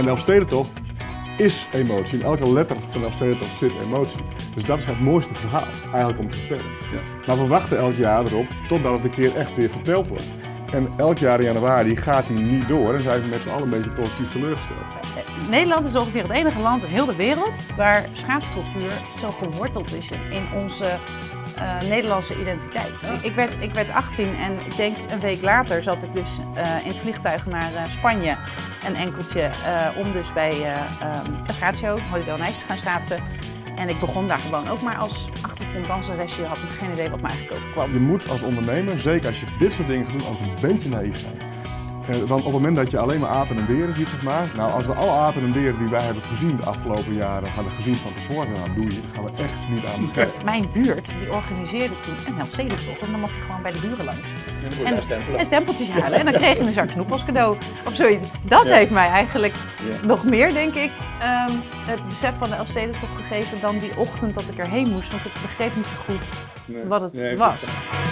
En de Elfstedentocht is emotie. In elke letter van de Elfstedentocht zit emotie. Dus dat is het mooiste verhaal, eigenlijk om te vertellen. Ja. Maar we wachten elk jaar erop totdat het een keer echt weer verteld wordt. En elk jaar in januari gaat hij niet door en zijn we met z'n allen een beetje positief teleurgesteld. Nederland is ongeveer het enige land in heel de wereld waar schaatscultuur zo geworteld is in onze Nederlandse identiteit. Ja. Ik werd 18 en ik denk een week later zat ik dus in het vliegtuig naar Spanje, een enkeltje, om dus bij een schaatsshow, Holiday on Ice, te gaan schaatsen. En ik begon daar gewoon ook maar als achtergronddanseresje, had ik geen idee wat me eigenlijk overkwam. Je moet als ondernemer, zeker als je dit soort dingen gaat doen, ook een beetje naïef zijn. Want op het moment dat je alleen maar apen en beren ziet, zeg maar, nou als we alle apen en beren die wij hebben gezien de afgelopen jaren hadden gezien van tevoren, nou doe je, dan gaan we echt niet aan beginnen. Mijn buurt die organiseerde toen een Elfstedentocht en dan mocht je gewoon bij de buren langs. En stempeltjes halen en dan kreeg je een zak snoep als cadeau of zoiets. Dat heeft mij eigenlijk nog meer, denk ik, het besef van de Elfstedentocht gegeven dan die ochtend dat ik erheen moest, want ik begreep niet zo goed wat het was.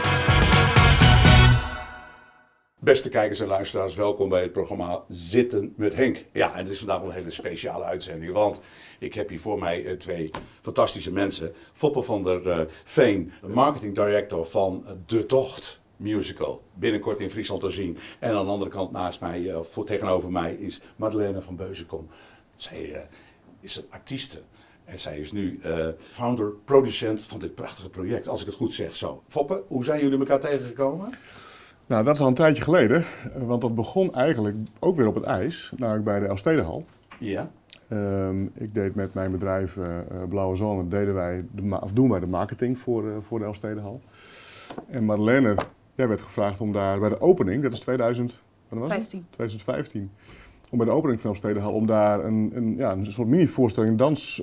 Beste kijkers en luisteraars, welkom bij het programma Zitten met Henk. Ja, en het is vandaag wel een hele speciale uitzending, want ik heb hier voor mij twee fantastische mensen. Foppe van der Veen, marketing director van De Tocht musical. Binnenkort in Friesland te zien. En aan de andere kant naast mij, tegenover mij, is Madeleine van Beuzenkom. Zij is een artieste. En zij is nu founder, producent van dit prachtige project, als ik het goed zeg zo. Foppe, hoe zijn jullie elkaar tegengekomen? Nou, dat is al een tijdje geleden, want dat begon eigenlijk ook weer op het ijs, namelijk bij de Elfstedenhal. Ja. Ik deed met mijn bedrijf Blauwe Zone, doen wij de marketing voor de Elfstedenhal. En Madeleine, jij werd gevraagd om daar bij de opening, dat is 2015, om bij de opening van de Elfstedenhal, om daar een soort mini-voorstelling, een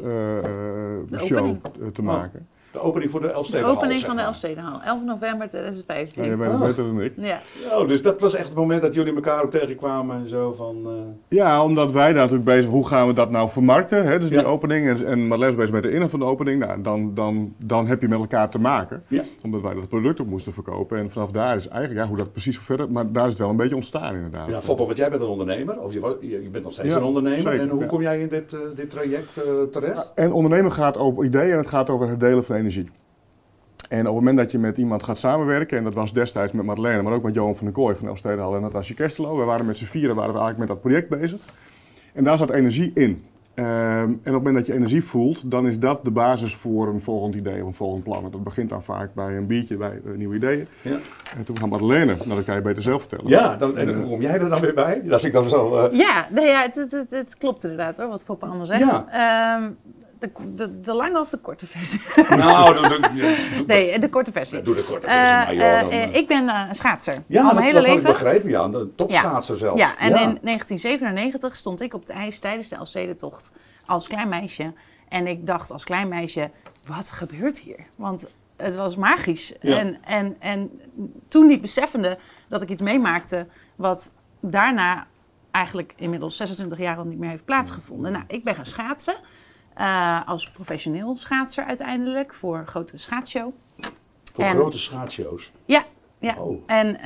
dansshow te maken. De opening voor de Elfstedenhal. De opening van de Elfstedenhal, 11 november 2015. Ja, je bent het beter dan ik. Ja. Oh, dus dat was echt het moment dat jullie elkaar ook tegenkwamen en zo van... Ja, omdat wij daar natuurlijk bezig zijn, hoe gaan we dat nou vermarkten, hè? Dus die opening. En Madeleine is bezig met de inhoud van de opening. Nou, dan heb je met elkaar te maken, omdat wij dat product ook moesten verkopen. En vanaf daar is eigenlijk, hoe dat precies verder, maar daar is het wel een beetje ontstaan inderdaad. Ja, Foppe, want jij bent een ondernemer, of je bent nog steeds een ondernemer. Zeker, en hoe kom jij in dit traject terecht? En ondernemen gaat over ideeën en het gaat over het delen van energie. En op het moment dat je met iemand gaat samenwerken, en dat was destijds met Madeleine, maar ook met Johan van der Kooi van de Elfstedenhal en Natasja Kerstelo. We waren met z'n vieren eigenlijk met dat project bezig. En daar zat energie in. En op het moment dat je energie voelt, dan is dat de basis voor een volgend idee of een volgend plan. En dat begint dan vaak bij een biertje, bij nieuwe ideeën. Ja. En toen kwam Madeleine, dat kan je beter zelf vertellen. Ja, en hoe kom jij er dan weer bij? Dat vind ik dan zo... Het klopt inderdaad hoor, wat Foppe allemaal zegt. Ja. De lange of de korte versie? Nou, nee, de korte versie. Doe de korte versie. Ik ben een schaatser. Ja, al mijn hele leven. Had ik begrepen, ja. Een topschaatser zelfs. Ja, en in 1997 stond ik op het ijs tijdens de Elfstedentocht als klein meisje. En ik dacht als klein meisje, wat gebeurt hier? Want het was magisch. Ja. En toen niet beseffende dat ik iets meemaakte wat daarna eigenlijk inmiddels 26 jaar al niet meer heeft plaatsgevonden. Nou, ik ben gaan schaatsen. Als professioneel schaatser uiteindelijk voor een grote schaatsshow. Voor grote schaatsshows? Ja. Oh.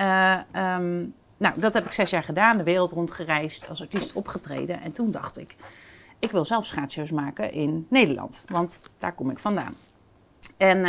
En dat heb ik 6 jaar gedaan, de wereld rondgereisd, als artiest opgetreden. En toen dacht ik wil zelf schaatsshows maken in Nederland, want daar kom ik vandaan. En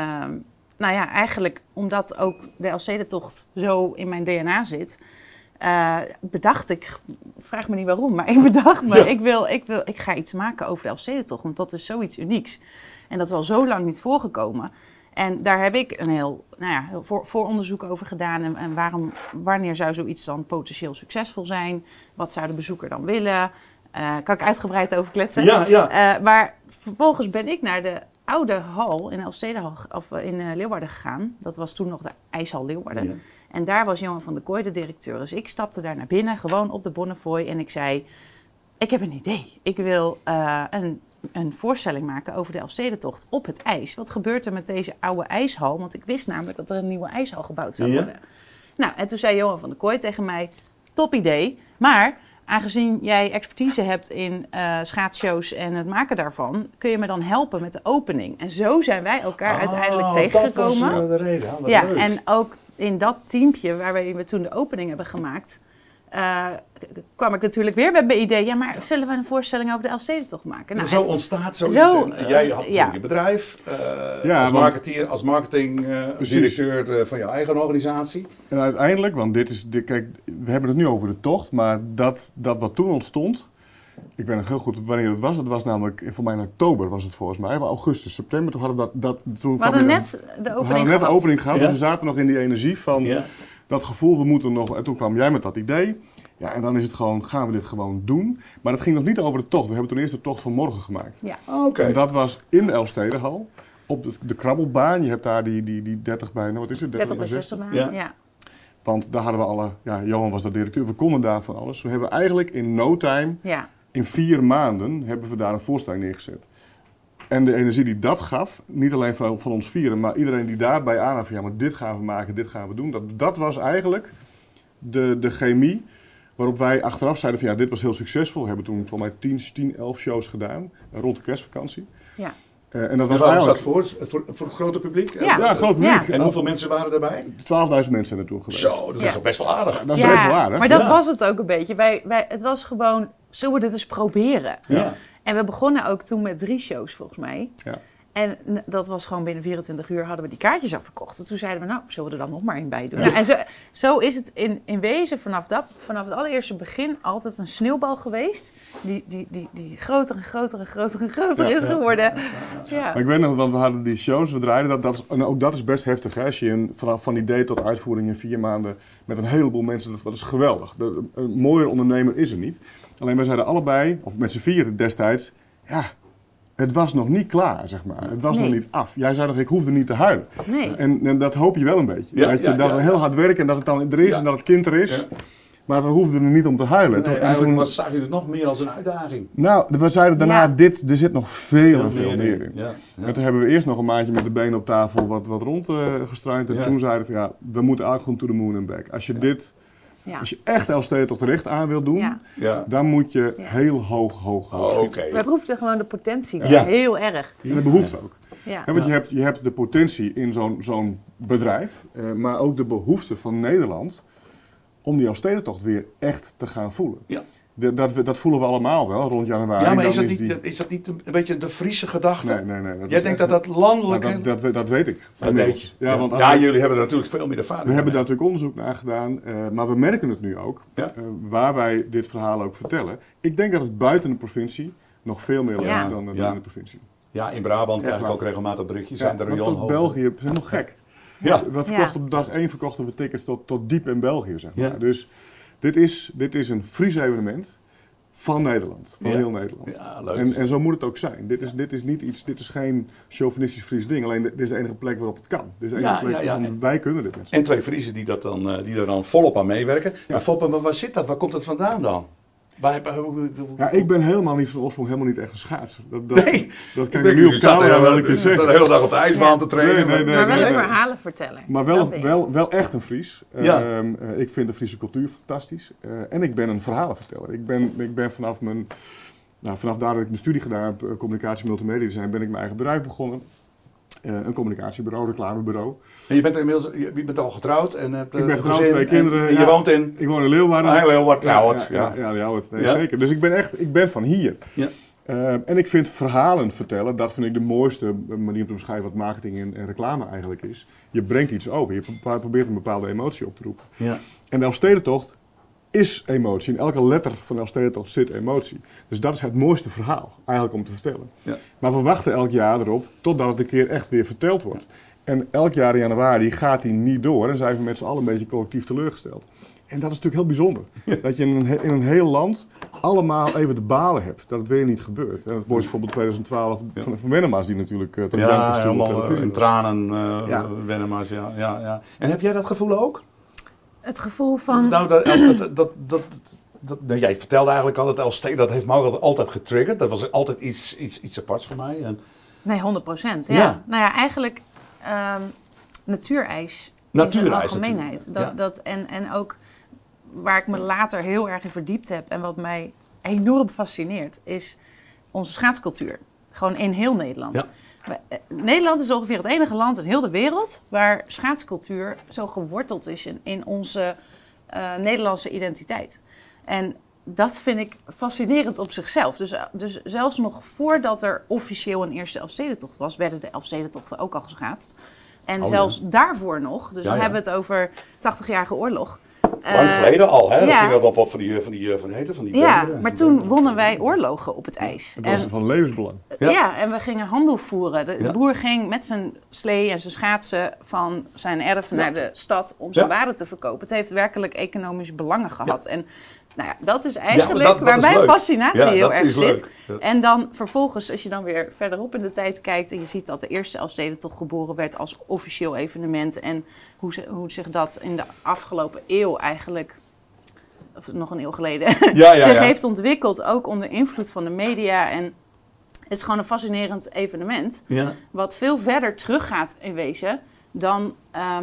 eigenlijk omdat ook de Elfstedentocht zo in mijn DNA zit... bedacht ik, vraag me niet waarom, maar ik bedacht me, ik ga iets maken over de Elfstedentocht, want dat is zoiets unieks. En dat is al zo lang niet voorgekomen. En daar heb ik een heel vooronderzoek over gedaan. En wanneer zou zoiets dan potentieel succesvol zijn? Wat zou de bezoeker dan willen? Kan ik uitgebreid over kletsen? Ja. Maar vervolgens ben ik naar de oude hal in Elfstedenhal of in Leeuwarden gegaan. Dat was toen nog de IJshal Leeuwarden. Ja. En daar was Johan van der Kooi de directeur. Dus ik stapte daar naar binnen, gewoon op de Bonnefoy. En ik zei, ik heb een idee. Ik wil een voorstelling maken over de Elfstedentocht op het ijs. Wat gebeurt er met deze oude ijshal? Want ik wist namelijk dat er een nieuwe ijshal gebouwd zou worden. Nou, en toen zei Johan van der Kooi tegen mij, top idee. Maar aangezien jij expertise hebt in schaatsshows en het maken daarvan, kun je me dan helpen met de opening. En zo zijn wij elkaar uiteindelijk tegengekomen. Dat was de reden. Ja, leuk. En ook in dat teampje waar we toen de opening hebben gemaakt, kwam ik natuurlijk weer met mijn idee. Ja, maar zullen we een voorstelling over de Elfstedentocht maken? Nou, zo ontstaat zoiets. Jij had natuurlijk je bedrijf als marketingdirecteur van jouw eigen organisatie. En uiteindelijk, want kijk, we hebben het nu over de tocht, maar dat wat toen ontstond, ik weet nog heel goed wanneer het was. Dat was namelijk, voor mij in oktober was het volgens mij, augustus, september. Toen hadden we we hadden net de opening gehad. Dus we zaten nog in die energie van dat gevoel, we moeten nog. En toen kwam jij met dat idee. Ja, en dan is het gewoon, gaan we dit gewoon doen? Maar het ging nog niet over de tocht. We hebben toen eerst de tocht van morgen gemaakt. Ja. Okay. En dat was in de Elfstedenhal, op de krabbelbaan. Je hebt daar die 30 bij, wat is het? 30 bij 60 baan, ja. Want daar hadden we Johan was de directeur, we konden daar van alles. We hebben eigenlijk in no time, in 4 maanden, hebben we daar een voorstelling neergezet. En de energie die dat gaf, niet alleen van ons 4, maar iedereen die daarbij aangaf, ja, maar dit gaan we maken, dit gaan we doen. Dat was eigenlijk de chemie waarop wij achteraf zeiden van ja, dit was heel succesvol. We hebben toen voor mij 10, 11 shows gedaan rond de kerstvakantie. Ja. En dat was eigenlijk voor het grote publiek? Ja, groot publiek. En hoeveel mensen waren daarbij? 12.000 mensen zijn er toen geweest. Zo, dat is ook best wel aardig. Dat is best wel aardig. Maar dat was het ook een beetje. Het was gewoon, zullen we dit eens proberen? Ja. En we begonnen ook toen met 3 shows volgens mij. Ja. En dat was gewoon binnen 24 uur hadden we die kaartjes al verkocht. En toen zeiden we, nou, zullen we er dan nog maar in bij doen? Ja. Nou, en zo is het in wezen vanaf het allereerste begin altijd een sneeuwbal geweest. Die groter en groter en groter en groter is geworden. Ja. Maar ik weet nog, want we hadden die shows, we draaiden en ook dat is best heftig. Hè? Als je van idee tot uitvoering in 4 maanden met een heleboel mensen, dat is geweldig. Een mooier ondernemer is er niet. Alleen wij zeiden allebei, of met z'n 4 destijds, ja, het was nog niet klaar, zeg maar. Het was nog niet af. Jij zei nog, ik hoefde niet te huilen. Nee. En dat hoop je wel een beetje. Dat we heel hard werken en dat het dan er is en dat het kind er is. Ja. Maar we hoefden er niet om te huilen. Nee, eigenlijk zag je het nog meer als een uitdaging. Nou, we zeiden daarna, er zit nog veel meer in. Ja. Ja. En toen hebben we eerst nog een maandje met de benen op tafel wat rondgestruind. En toen zeiden we, ja, we moeten eigenlijk gewoon to the moon and back. Als je dit... Ja. Als je echt Elfstedentocht recht aan wil doen, dan moet je heel hoog. Okay. Wij proefden gewoon de potentie heel erg. En de behoefte ook. Ja. Want je hebt de potentie in zo'n bedrijf, maar ook de behoefte van Nederland om die Elfstedentocht weer echt te gaan voelen. Ja. Dat voelen we allemaal wel rond januari. Ja, maar is dat niet een beetje de Friese gedachte? Nee. Jij denkt dat landelijk... Nou, dat weet ik. Dat weet je. Ja, want jullie hebben er natuurlijk veel meer ervaring. We hebben daar natuurlijk onderzoek naar gedaan, maar we merken het nu ook, waar wij dit verhaal ook vertellen. Ik denk dat het buiten de provincie nog veel meer leeft dan in de provincie. Ja, in Brabant krijg ik ook regelmatig berichtjes. Zijn de tot België, dat is helemaal gek. Ja. We verkochten op dag 1 verkochten we tickets tot diep in België, zeg maar. Ja. Dus dit is een Fries evenement van Nederland, van heel Nederland. Ja, leuk. En zo moet het ook zijn. Dit is geen chauvinistisch Fries ding, alleen dit is de enige plek waarop het kan. Dit is de enige plek waarop wij kunnen dit. En 2 Friesen die er dan volop aan meewerken. Ja. Maar Foppe, waar zit dat? Waar komt het vandaan dan? Ik ben helemaal niet van oorsprong helemaal niet echt een schaatser. Dat kan ik nu op camera wel een keer zeggen. De hele dag op de ijsbaan te trainen. Nee, maar wel een verhalenverteller. Maar wel echt een Fries. Ik vind de Friese cultuur fantastisch. En ik ben een verhalenverteller. Ik ben vanaf daar dat ik mijn studie gedaan heb, communicatie multimedia design, ben ik mijn eigen bedrijf begonnen. Een communicatiebureau, reclamebureau. En je bent al getrouwd en hebt ik ben getrouwd, 2 kinderen. En je woont in? Ik woon in Leeuwarden. Leeuwarden. Zeker. Dus ik ben van hier. Ja. En ik vind verhalen vertellen, dat vind ik de mooiste manier om te beschrijven wat marketing en reclame eigenlijk is. Je brengt iets over, je probeert een bepaalde emotie op te roepen. Ja. En de Elfstedentocht is emotie. In elke letter van de Elfstedentocht zit emotie. Dus dat is het mooiste verhaal, eigenlijk om te vertellen. Ja. Maar we wachten elk jaar erop, totdat het een keer echt weer verteld wordt. En elk jaar in januari gaat die niet door en zijn we met z'n allen een beetje collectief teleurgesteld. En dat is natuurlijk heel bijzonder. Ja. Dat je in een heel land allemaal even de balen hebt. Dat het weer niet gebeurt. En het mooiste voorbeeld 2012 van Wennemars die natuurlijk tot Janken stuurde op televisie. In tranen Wennemars, ja. En heb jij dat gevoel ook? Het gevoel van... Jij vertelde eigenlijk al dat Elfsteden, dat heeft me altijd getriggerd. Dat was altijd iets aparts voor mij. En... Nee, 100%. Ja. Nou ja, eigenlijk natuurijs in zijn algemeenheid. En ook waar ik me later heel erg in verdiept heb en wat mij enorm fascineert, is onze schaatscultuur. Gewoon in heel Nederland. Ja. Nederland is ongeveer het enige land in heel de wereld waar schaatscultuur zo geworteld is in onze Nederlandse identiteit. En dat vind ik fascinerend op zichzelf. Dus zelfs nog voordat er officieel een eerste Elfstedentocht was, werden de Elfstedentochten ook al geschaatst. En zelfs daarvoor nog, dus we hebben het over 80-jarige oorlog. Lang geleden al, hè? Ja. Dat ging dat op van die Ja, benderen. maar toen wonnen wij oorlogen op het ijs. Het was van levensbelang. Ja, en we gingen handel voeren. De boer ging met zijn slee en zijn schaatsen van zijn erf naar de stad om zijn waren te verkopen. Het heeft werkelijk economisch belangen gehad. En nou ja, dat is eigenlijk dat waar is mijn leuk. fascinatie heel erg zit. Leuk. Ja. En dan vervolgens, als je dan weer verderop in de tijd kijkt en je ziet dat de eerste Elfstedentocht geboren werd als officieel evenement en hoe zich dat in de afgelopen eeuw eigenlijk, of nog een eeuw geleden, zich heeft ontwikkeld, ook onder invloed van de media. En het is gewoon een fascinerend evenement, wat veel verder teruggaat in wezen dan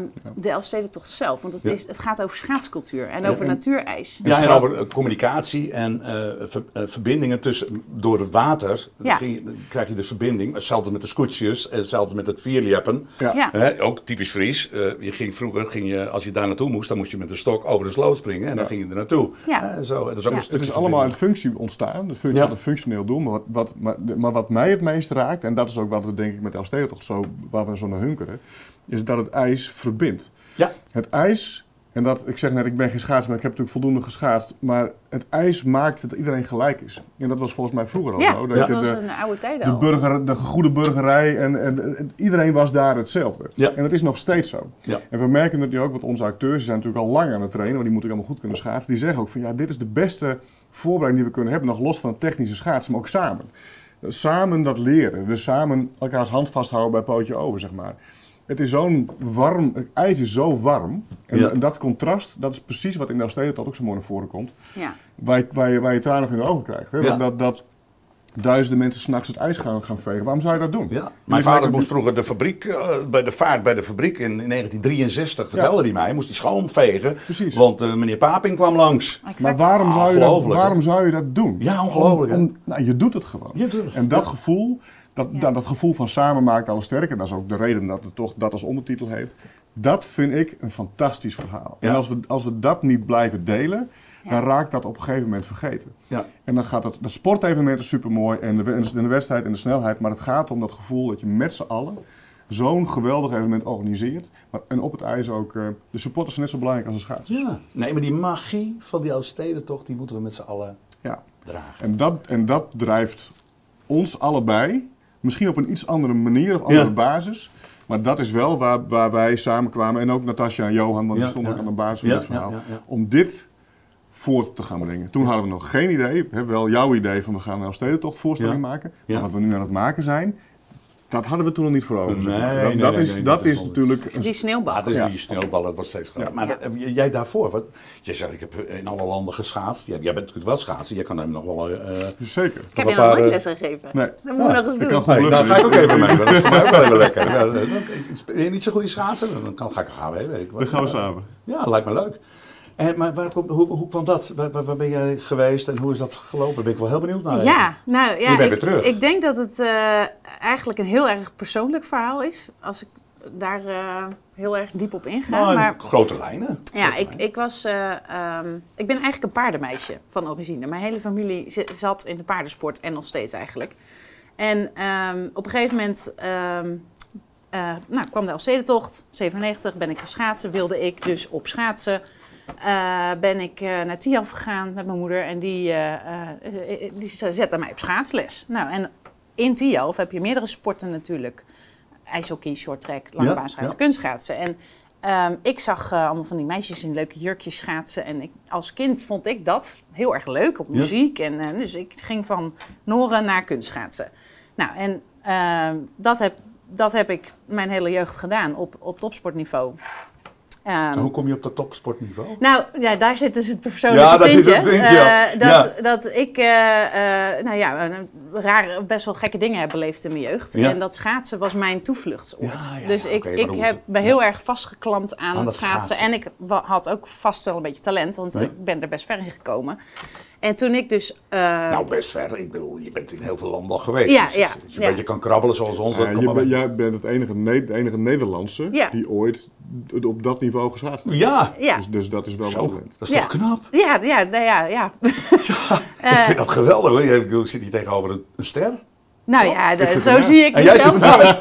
de Elfstedentocht zelf. Want het gaat over schaatscultuur en over natuurijs. Ja, en over communicatie en verbindingen door het water. Dan krijg je de verbinding. Hetzelfde met de scootjes, hetzelfde met het vierliepen. Ook typisch Fries. Vroeger, als je daar naartoe moest, dan moest je met een stok over de sloot springen. En dan ging je er naartoe. Zo, het is ook een het is allemaal uit functie ontstaan. De functie had een functioneel doel. Maar wat mij het meest raakt, en dat is ook wat we denk ik met de Elfstedentocht waar we zo naar hunkeren, is dat het ijs verbindt. Ja. Het ijs, en ik zeg net, ik ben geen schaatser, maar ik heb natuurlijk voldoende geschaatst, maar het ijs maakt dat iedereen gelijk is. En dat was volgens mij vroeger al zo. Dat was een oude tijd al. De goede burgerij en iedereen was daar hetzelfde. Ja. En dat is nog steeds zo. Ja. En we merken het nu ook, want onze acteurs zijn natuurlijk al lang aan het trainen, want die moeten allemaal goed kunnen schaatsen. Die zeggen ook van dit is de beste voorbereiding die we kunnen hebben, nog los van het technische schaatsen, maar ook samen. Samen dat leren, dus samen elkaars hand vasthouden bij pootje over, zeg maar. Het is zo'n warm, het ijs is zo warm. En dat contrast, dat is precies wat in de Elfstedentocht ook zo mooi naar voren komt. Ja. Waar je tranen van in de ogen krijgt. Hè? Ja. Dat duizenden mensen 's nachts het ijs gaan vegen. Waarom zou je dat doen? Ja. Mijn vader moest vroeger de fabriek, bij de fabriek in 1963, vertelde hij mij, moest hij schoonvegen. Precies. Want meneer Paping kwam langs. Exact. Maar waarom zou je dat doen? Ja, ongelooflijk. Je doet het gewoon. En dat gevoel... Dat gevoel van samen maakt alles sterker, dat is ook de reden dat het toch dat als ondertitel heeft. Dat vind ik een fantastisch verhaal. Ja. En als we dat niet blijven delen, dan raakt dat op een gegeven moment vergeten. Ja. En dan gaat dat sportevenement is supermooi en de wedstrijd en de snelheid, maar het gaat om dat gevoel dat je met z'n allen zo'n geweldig evenement organiseert. En op het ijs ook, de supporters zijn net zo belangrijk als de schaatsers. Ja. Nee, maar die magie van die Elfstedentocht, die moeten we met z'n allen dragen. En dat drijft ons allebei. Misschien op een iets andere manier of andere basis. Maar dat is wel waar wij samenkwamen. En ook Natasja en Johan, want die stonden ook aan de basis van dit verhaal. Om dit voort te gaan brengen. Toen hadden we nog geen idee. We hebben wel jouw idee van we gaan een Elfstedentocht voorstelling maken. Maar wat we nu aan het maken zijn, dat hadden we toen nog niet voor ogen. Dat is natuurlijk... Die sneeuwbal. Die sneeuwbal, dat wordt steeds groter. Maar jij daarvoor, jij zegt ik heb in alle landen geschaatst. Jij bent natuurlijk wel schaatsen, jij kan hem nog wel... Zeker. Ik heb je nog nooit les gegeven. Nee. Dat moet je nog eens doen. Daar ga ik ook even mee, dat is voor mij ook wel even lekker. Ben je niet zo goed in schaatsen? Dan ga ik gaan, weet ik. Dan gaan we samen. Ja, lijkt me leuk. Maar hoe kwam dat? Waar ben jij geweest en hoe is dat gelopen? Daar ben ik wel heel benieuwd naar. Je bent weer terug. Ik denk dat het eigenlijk een heel erg persoonlijk verhaal is. Als ik daar heel erg diep op inga. Maar grote lijnen. Ik ben eigenlijk een paardenmeisje van origine. Mijn hele familie zat in de paardensport en nog steeds eigenlijk. En op een gegeven moment kwam de Elfstedentocht. 97 ben ik gaan schaatsen, wilde ik dus op schaatsen. Ben ik naar Tialf gegaan met mijn moeder en die zette mij op schaatsles. Nou, en in Tialf heb je meerdere sporten natuurlijk. IJshockey, shorttrack, langebaanschaatsen, kunstschaatsen. En ik zag allemaal van die meisjes in leuke jurkjes schaatsen. En als kind vond ik dat heel erg leuk, op muziek. En dus ik ging van Noren naar kunstschaatsen. Nou, en dat heb ik mijn hele jeugd gedaan op topsportniveau. Hoe kom je op dat topsportniveau? Nou, ja, daar zit dus het persoonlijke tintje. Dat ik best wel gekke dingen heb beleefd in mijn jeugd. Ja. En dat schaatsen was mijn toevluchtsoord. Dus ik heb me heel erg vastgeklampt aan het schaatsen. En ik had ook vast wel een beetje talent, want ik ben er best ver in gekomen. En toen ik dus... Nou, best ver. Ik bedoel, je bent in heel veel landen al geweest. Ja, dus ja, als je een beetje kan krabbelen zoals ons. Jij bent de enige Nederlandse die ooit op dat niveau geschaatst heeft. Ja. Dus dat is wel Zo, wat talent. dat is toch knap? Ja. Ik vind dat geweldig hoor. Ik zit hier tegenover een ster. Nou zo zie ik en jij mezelf zit ernaast.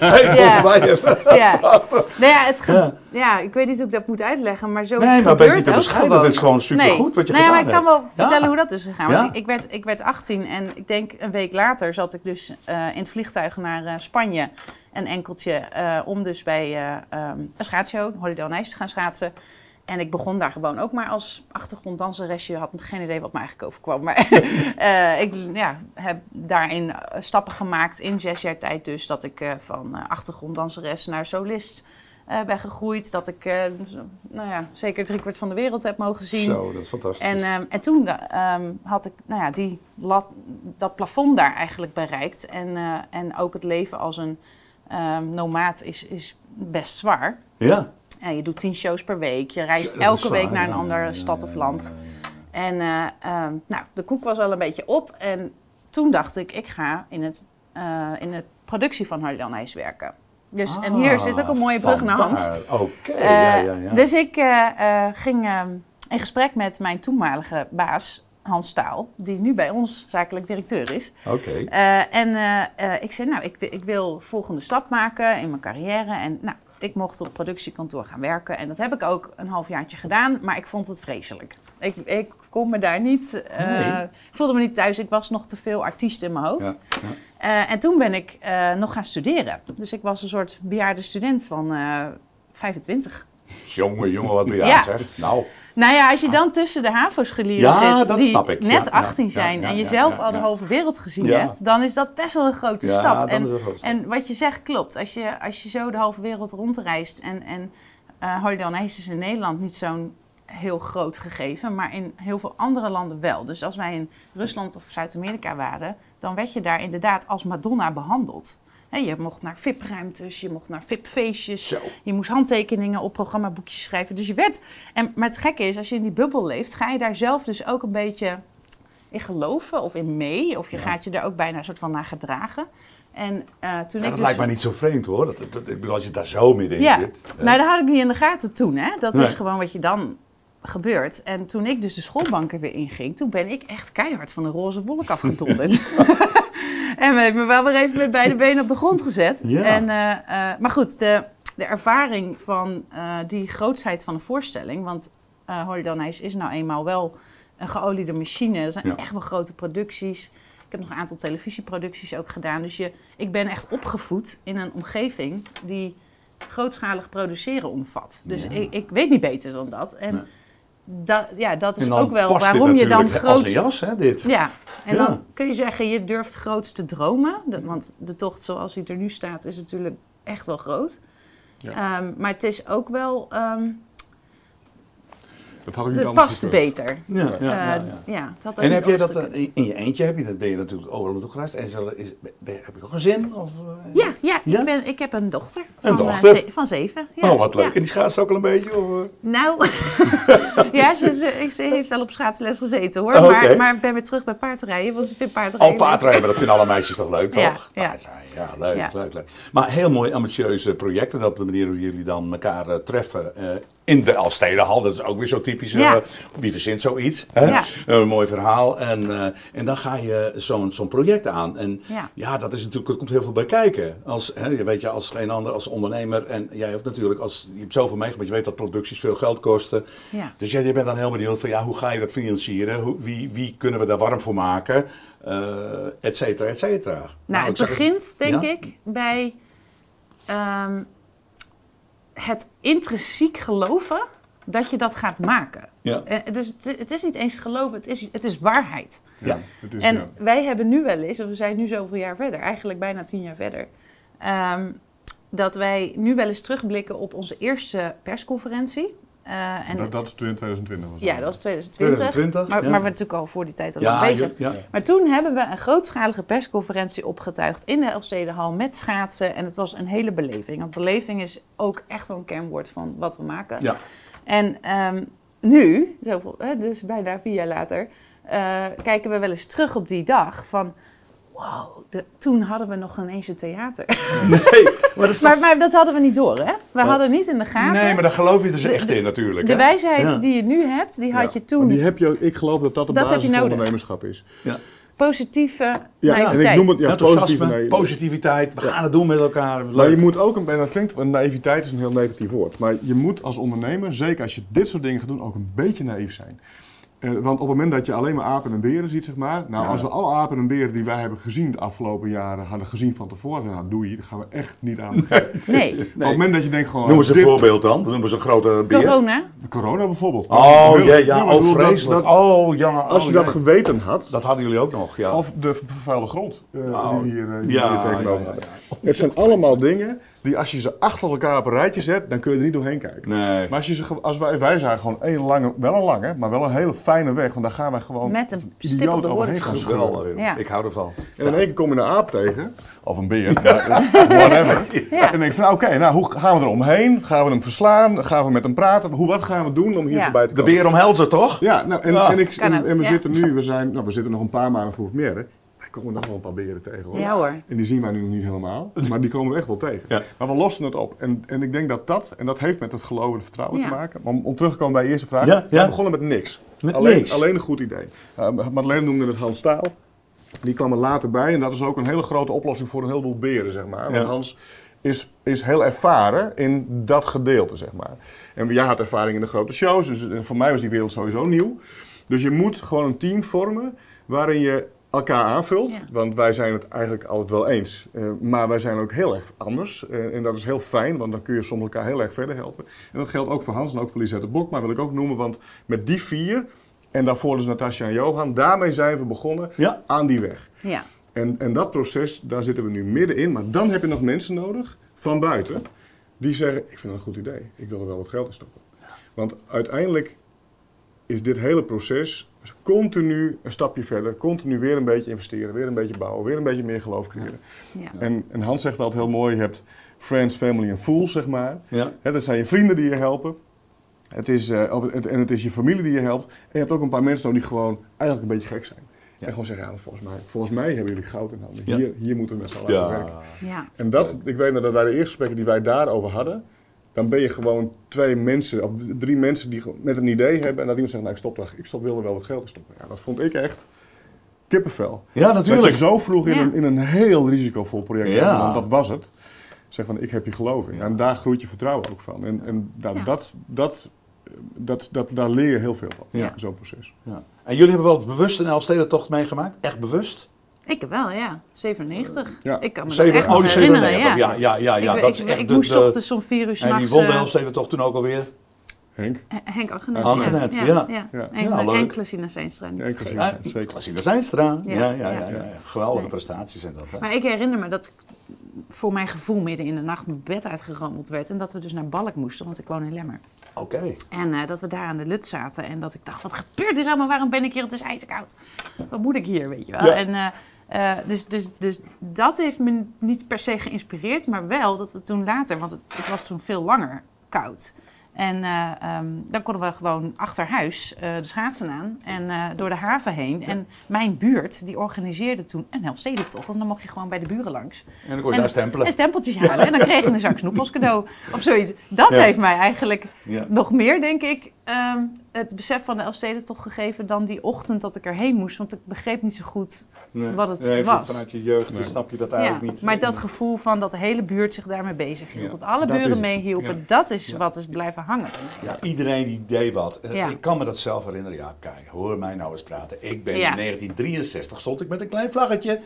Ik weet niet hoe ik dat moet uitleggen, maar zo Nee, maar ben je niet te bescheiden. Dat is gewoon supergoed wat je gedaan hebt. Maar ik kan wel vertellen hoe dat is gegaan. Want ik werd 18 en ik denk een week later zat ik dus in het vliegtuig naar Spanje. Een enkeltje om dus bij een schaatsshow, Holiday on Ice, te gaan schaatsen. En ik begon daar gewoon ook maar als achtergronddanseresje. Had geen idee wat me eigenlijk overkwam. Maar ik heb daarin stappen gemaakt in 6 jaar tijd dus. Dat ik van achtergronddanseres naar solist ben gegroeid. Dat ik zeker 3/4 van de wereld heb mogen zien. Zo, dat is fantastisch. En toen had ik dat plafond daar eigenlijk bereikt. En ook het leven als een nomaad is best zwaar. Ja. Je doet 10 shows per week. Je reist elke week naar een andere stad of land. En de koek was al een beetje op. En toen dacht ik ga in de productie van Holiday on Ice werken. Dus, en hier zit ook een mooie brug naar Hans. Oké. Dus ik ging in gesprek met mijn toenmalige baas, Hans Staal, die nu bij ons zakelijk directeur is. Oké. Ik zei, ik wil volgende stap maken in mijn carrière. En ik mocht op het productiekantoor gaan werken. En dat heb ik ook een halfjaartje gedaan. Maar ik vond het vreselijk. Ik kon me daar niet... voelde me niet thuis. Ik was nog te veel artiest in mijn hoofd. Ja. En toen ben ik nog gaan studeren. Dus ik was een soort bejaarde student van 25. Jongen, wat bejaard zeg. Nou ja, als je dan tussen de HAVO-scholieren zit die net 18 zijn en je zelf al de halve wereld gezien hebt, dan is dat best wel een grote stap. En wat je zegt klopt. Als je zo de halve wereld rondreist en Holiday on Ice is in Nederland niet zo'n heel groot gegeven, maar in heel veel andere landen wel. Dus als wij in Rusland of Zuid-Amerika waren, dan werd je daar inderdaad als Madonna behandeld. Je mocht naar VIP-ruimtes, je mocht naar VIP-feestjes, je moest handtekeningen op programmaboekjes schrijven. Dus je werd... Maar het gekke is, als je in die bubbel leeft, ga je daar zelf dus ook een beetje in geloven of in mee. Of je gaat je daar ook bijna een soort van naar gedragen. En toen dat lijkt mij niet zo vreemd hoor. Ik bedoel, als je daar zo middenin zit. Nou, dat had ik niet in de gaten toen. Hè? Dat is gewoon wat je dan gebeurt. En toen ik dus de schoolbanken weer inging, toen ben ik echt keihard van de roze wolk afgedonderd. En we hebben me wel weer even met beide benen op de grond gezet. Ja. Maar goed, de ervaring van die grootsheid van een voorstelling. Want Holiday on Ice is nou eenmaal wel een geoliede machine. Er zijn echt wel grote producties. Ik heb nog een aantal televisieproducties ook gedaan. Dus ik ben echt opgevoed in een omgeving die grootschalig produceren omvat. Dus ik weet niet beter dan dat. En dat is ook wel waarom je dan groot... als een jas, hè, dit. Ja, en dan kun je zeggen, je durft groots te dromen. Want de tocht zoals hij er nu staat is natuurlijk echt wel groot. Ja. Maar het is ook wel... het past beter. En heb jij dat in je eentje? Ben je natuurlijk overal naartoe gereisd. En heb je ook een gezin? Of, ik heb een dochter. Van 7. Ja. Oh, wat leuk. En die schaatst ook al een beetje? Of? Nou, ze heeft wel op schaatsles gezeten hoor. Okay. Maar ik ben weer terug bij paardrijden. Want ze vindt paardrijden. Paardrijden, maar dat vinden alle meisjes toch leuk, toch? Ja, leuk. Maar heel mooi ambitieuze projecten. Dat op de manier hoe jullie dan elkaar treffen in de Elfstedenhal. Dat is ook weer zo typisch. Wie verzint zoiets? Hè? Ja. Een mooi verhaal. En dan ga je zo'n project aan. En dat is natuurlijk, er komt heel veel bij kijken. Als geen ander, als ondernemer. En jij ook natuurlijk, je hebt zoveel meegemaakt. Je weet dat producties veel geld kosten. Ja. Dus je bent dan heel benieuwd van hoe ga je dat financieren? Wie kunnen we daar warm voor maken? Et cetera, et cetera. Nou, het begint denk ik bij het intrinsiek geloven dat je dat gaat maken. Ja. Dus het is niet eens geloven, het is waarheid. Ja. Wij hebben nu wel eens, we zijn nu zoveel jaar verder, eigenlijk bijna 10 jaar verder, dat wij nu wel eens terugblikken op onze eerste persconferentie. Dat is 2020 was dat? Ja, dat was 2020. Maar we waren natuurlijk al voor die tijd al lang bezig. Ja. Maar toen hebben we een grootschalige persconferentie opgetuigd in de Elfstedenhal met schaatsen. En het was een hele beleving. Want beleving is ook echt wel een kernwoord van wat we maken. Ja. En nu, dus bijna 4 jaar later, kijken we wel eens terug op die dag van... Wow, toen hadden we nog ineens een theater. Nee, maar dat hadden we niet door, hè? We hadden niet in de gaten. Nee, maar daar geloof je dus echt in natuurlijk. De wijsheid die je nu hebt, die had je toen. Maar die heb je ook, ik geloof dat de basis van nodig. ondernemerschap is. Ja. Positieve En ik noem het enthousiasme, positiviteit, we gaan het doen met elkaar. Maar je moet ook, en dat klinkt, naïviteit is een heel negatief woord. Maar je moet als ondernemer, zeker als je dit soort dingen gaat doen, ook een beetje naïef zijn. Want op het moment dat je alleen maar apen en beren ziet, zeg maar. Nou, als we alle apen en beren die wij hebben gezien de afgelopen jaren hadden gezien van tevoren, nou doei, daar gaan we echt niet aan beginnen. Nee. Op het moment dat je denkt gewoon... Noem eens een voorbeeld dan. Noem eens een grote beer. Corona. Corona bijvoorbeeld. Vreselijk. Als je dat geweten had... Dat hadden jullie ook nog, ja. Of de vervuilde grond die hier tegenover hadden. Het zijn allemaal dingen die als je ze achter elkaar op een rijtje zet, dan kun je er niet doorheen kijken. Nee. Maar als wij zagen gewoon wel een lange, maar wel een hele fijne weg. Want daar gaan wij gewoon met een idioot overheen gaan scheuren. Ja. Ik hou ervan. En in één keer kom je een aap tegen, of een beer, whatever. Ja. En dan denk je van oké, nou hoe gaan we er omheen? Gaan we hem verslaan? Gaan we met hem praten? Wat gaan we doen om hier voorbij te komen? De beer omhelzen toch? Ja, nou, en we zitten nu, we zitten nog een paar maanden voor het meer. Er komen nog wel een paar beren tegen hoor. Ja hoor. En die zien wij nu nog niet helemaal, maar die komen we echt wel tegen. Ja. Maar we lossen het op. En ik denk en dat heeft met het geloof en het vertrouwen te maken. Maar om terug te komen bij de eerste vraag, we begonnen met niks. Alleen een goed idee. Madeleine noemde het Hans Staal. Die kwam er later bij en dat is ook een hele grote oplossing voor een heleboel beren, zeg maar. Want Hans is heel ervaren in dat gedeelte, zeg maar. En jij had ervaring in de grote shows, dus voor mij was die wereld sowieso nieuw. Dus je moet gewoon een team vormen waarin je elkaar aanvult, want wij zijn het eigenlijk altijd wel eens. Maar wij zijn ook heel erg anders en dat is heel fijn, want dan kun je soms elkaar heel erg verder helpen. En dat geldt ook voor Hans en ook voor Lisette Bokma, wil ik ook noemen, want met die 4, en daarvoor dus Natasja en Johan, daarmee zijn we begonnen aan die weg. Ja. En dat proces, daar zitten we nu middenin, maar dan heb je nog mensen nodig van buiten die zeggen, ik vind dat een goed idee, ik wil er wel wat geld in stoppen. Want uiteindelijk is dit hele proces continu een stapje verder, continu weer een beetje investeren, weer een beetje bouwen, weer een beetje meer geloof creëren. Ja. En Hans zegt altijd heel mooi, je hebt friends, family en fools, zeg maar. Ja. Dat zijn je vrienden die je helpen. Het is je familie die je helpt. En je hebt ook een paar mensen die gewoon eigenlijk een beetje gek zijn. Ja. En gewoon zeggen, volgens mij hebben jullie goud in handen. Ja. Hier moeten we met z'n allen aan werken. Ja. En ik weet nog dat wij de eerste gesprekken die wij daarover hadden, dan ben je gewoon 2 mensen of 3 mensen die met een idee hebben en dat iemand zegt, nou ik wil er wel wat geld in stoppen. Ja, dat vond ik echt kippenvel. Ja, natuurlijk. Dat je zo vroeg in een heel risicovol project hebt, want dat was het. Zeg van, ik heb je geloof in. Ja. En daar groeit je vertrouwen ook van. En daar leer je heel veel van, in zo'n proces. Ja. En jullie hebben wel bewust een Elfstedentocht meegemaakt? Echt bewust? Ik wel, ja. 97. Ja. Ik kan me dat echt nog herinneren. Ja. Ik moest ochtends om 4 uur 's nachts. En die won de Elfstedentocht toen ook alweer? Henk Aggenet. Aggenet, ja. En Klasina Zijnstra. Klasina Zijnstra, ja. Geweldige prestaties en dat. Hè. Maar ik herinner me dat voor mijn gevoel midden in de nacht mijn bed uitgerammeld werd. En dat we dus naar Balk moesten, want ik woon in Lemmer. Oké. En dat we daar aan de lut zaten en dat ik dacht, wat gebeurt hier allemaal? Waarom ben ik hier? Het is ijskoud. Wat moet ik hier, weet je wel? Ja. En dus dat heeft me niet per se geïnspireerd, maar wel dat we toen later, want het was toen veel langer koud. En dan konden we gewoon achter huis de schaatsen aan en door de haven heen. Ja. En mijn buurt, die organiseerde toen een Elfstedentocht. En dan mocht je gewoon bij de buren langs. En dan kon je daar stempelen. En stempeltjes halen. Ja. En dan kreeg je een zak snoep als cadeau of zoiets. Dat heeft mij eigenlijk nog meer, denk ik, het besef van de Elfstedentocht gegeven dan die ochtend dat ik erheen moest. Want ik begreep niet zo goed wat het was. Vanuit je jeugd snap je dat eigenlijk niet. Maar dat gevoel van dat de hele buurt zich daarmee bezig hield. Dat alle buren meehielpen, dat is wat is blijven hangen. Ja, iedereen die deed wat. Ik kan me dat zelf herinneren. Ja, kijk, hoor mij nou eens praten. Ik ben in 1963, stond ik met een klein vlaggetje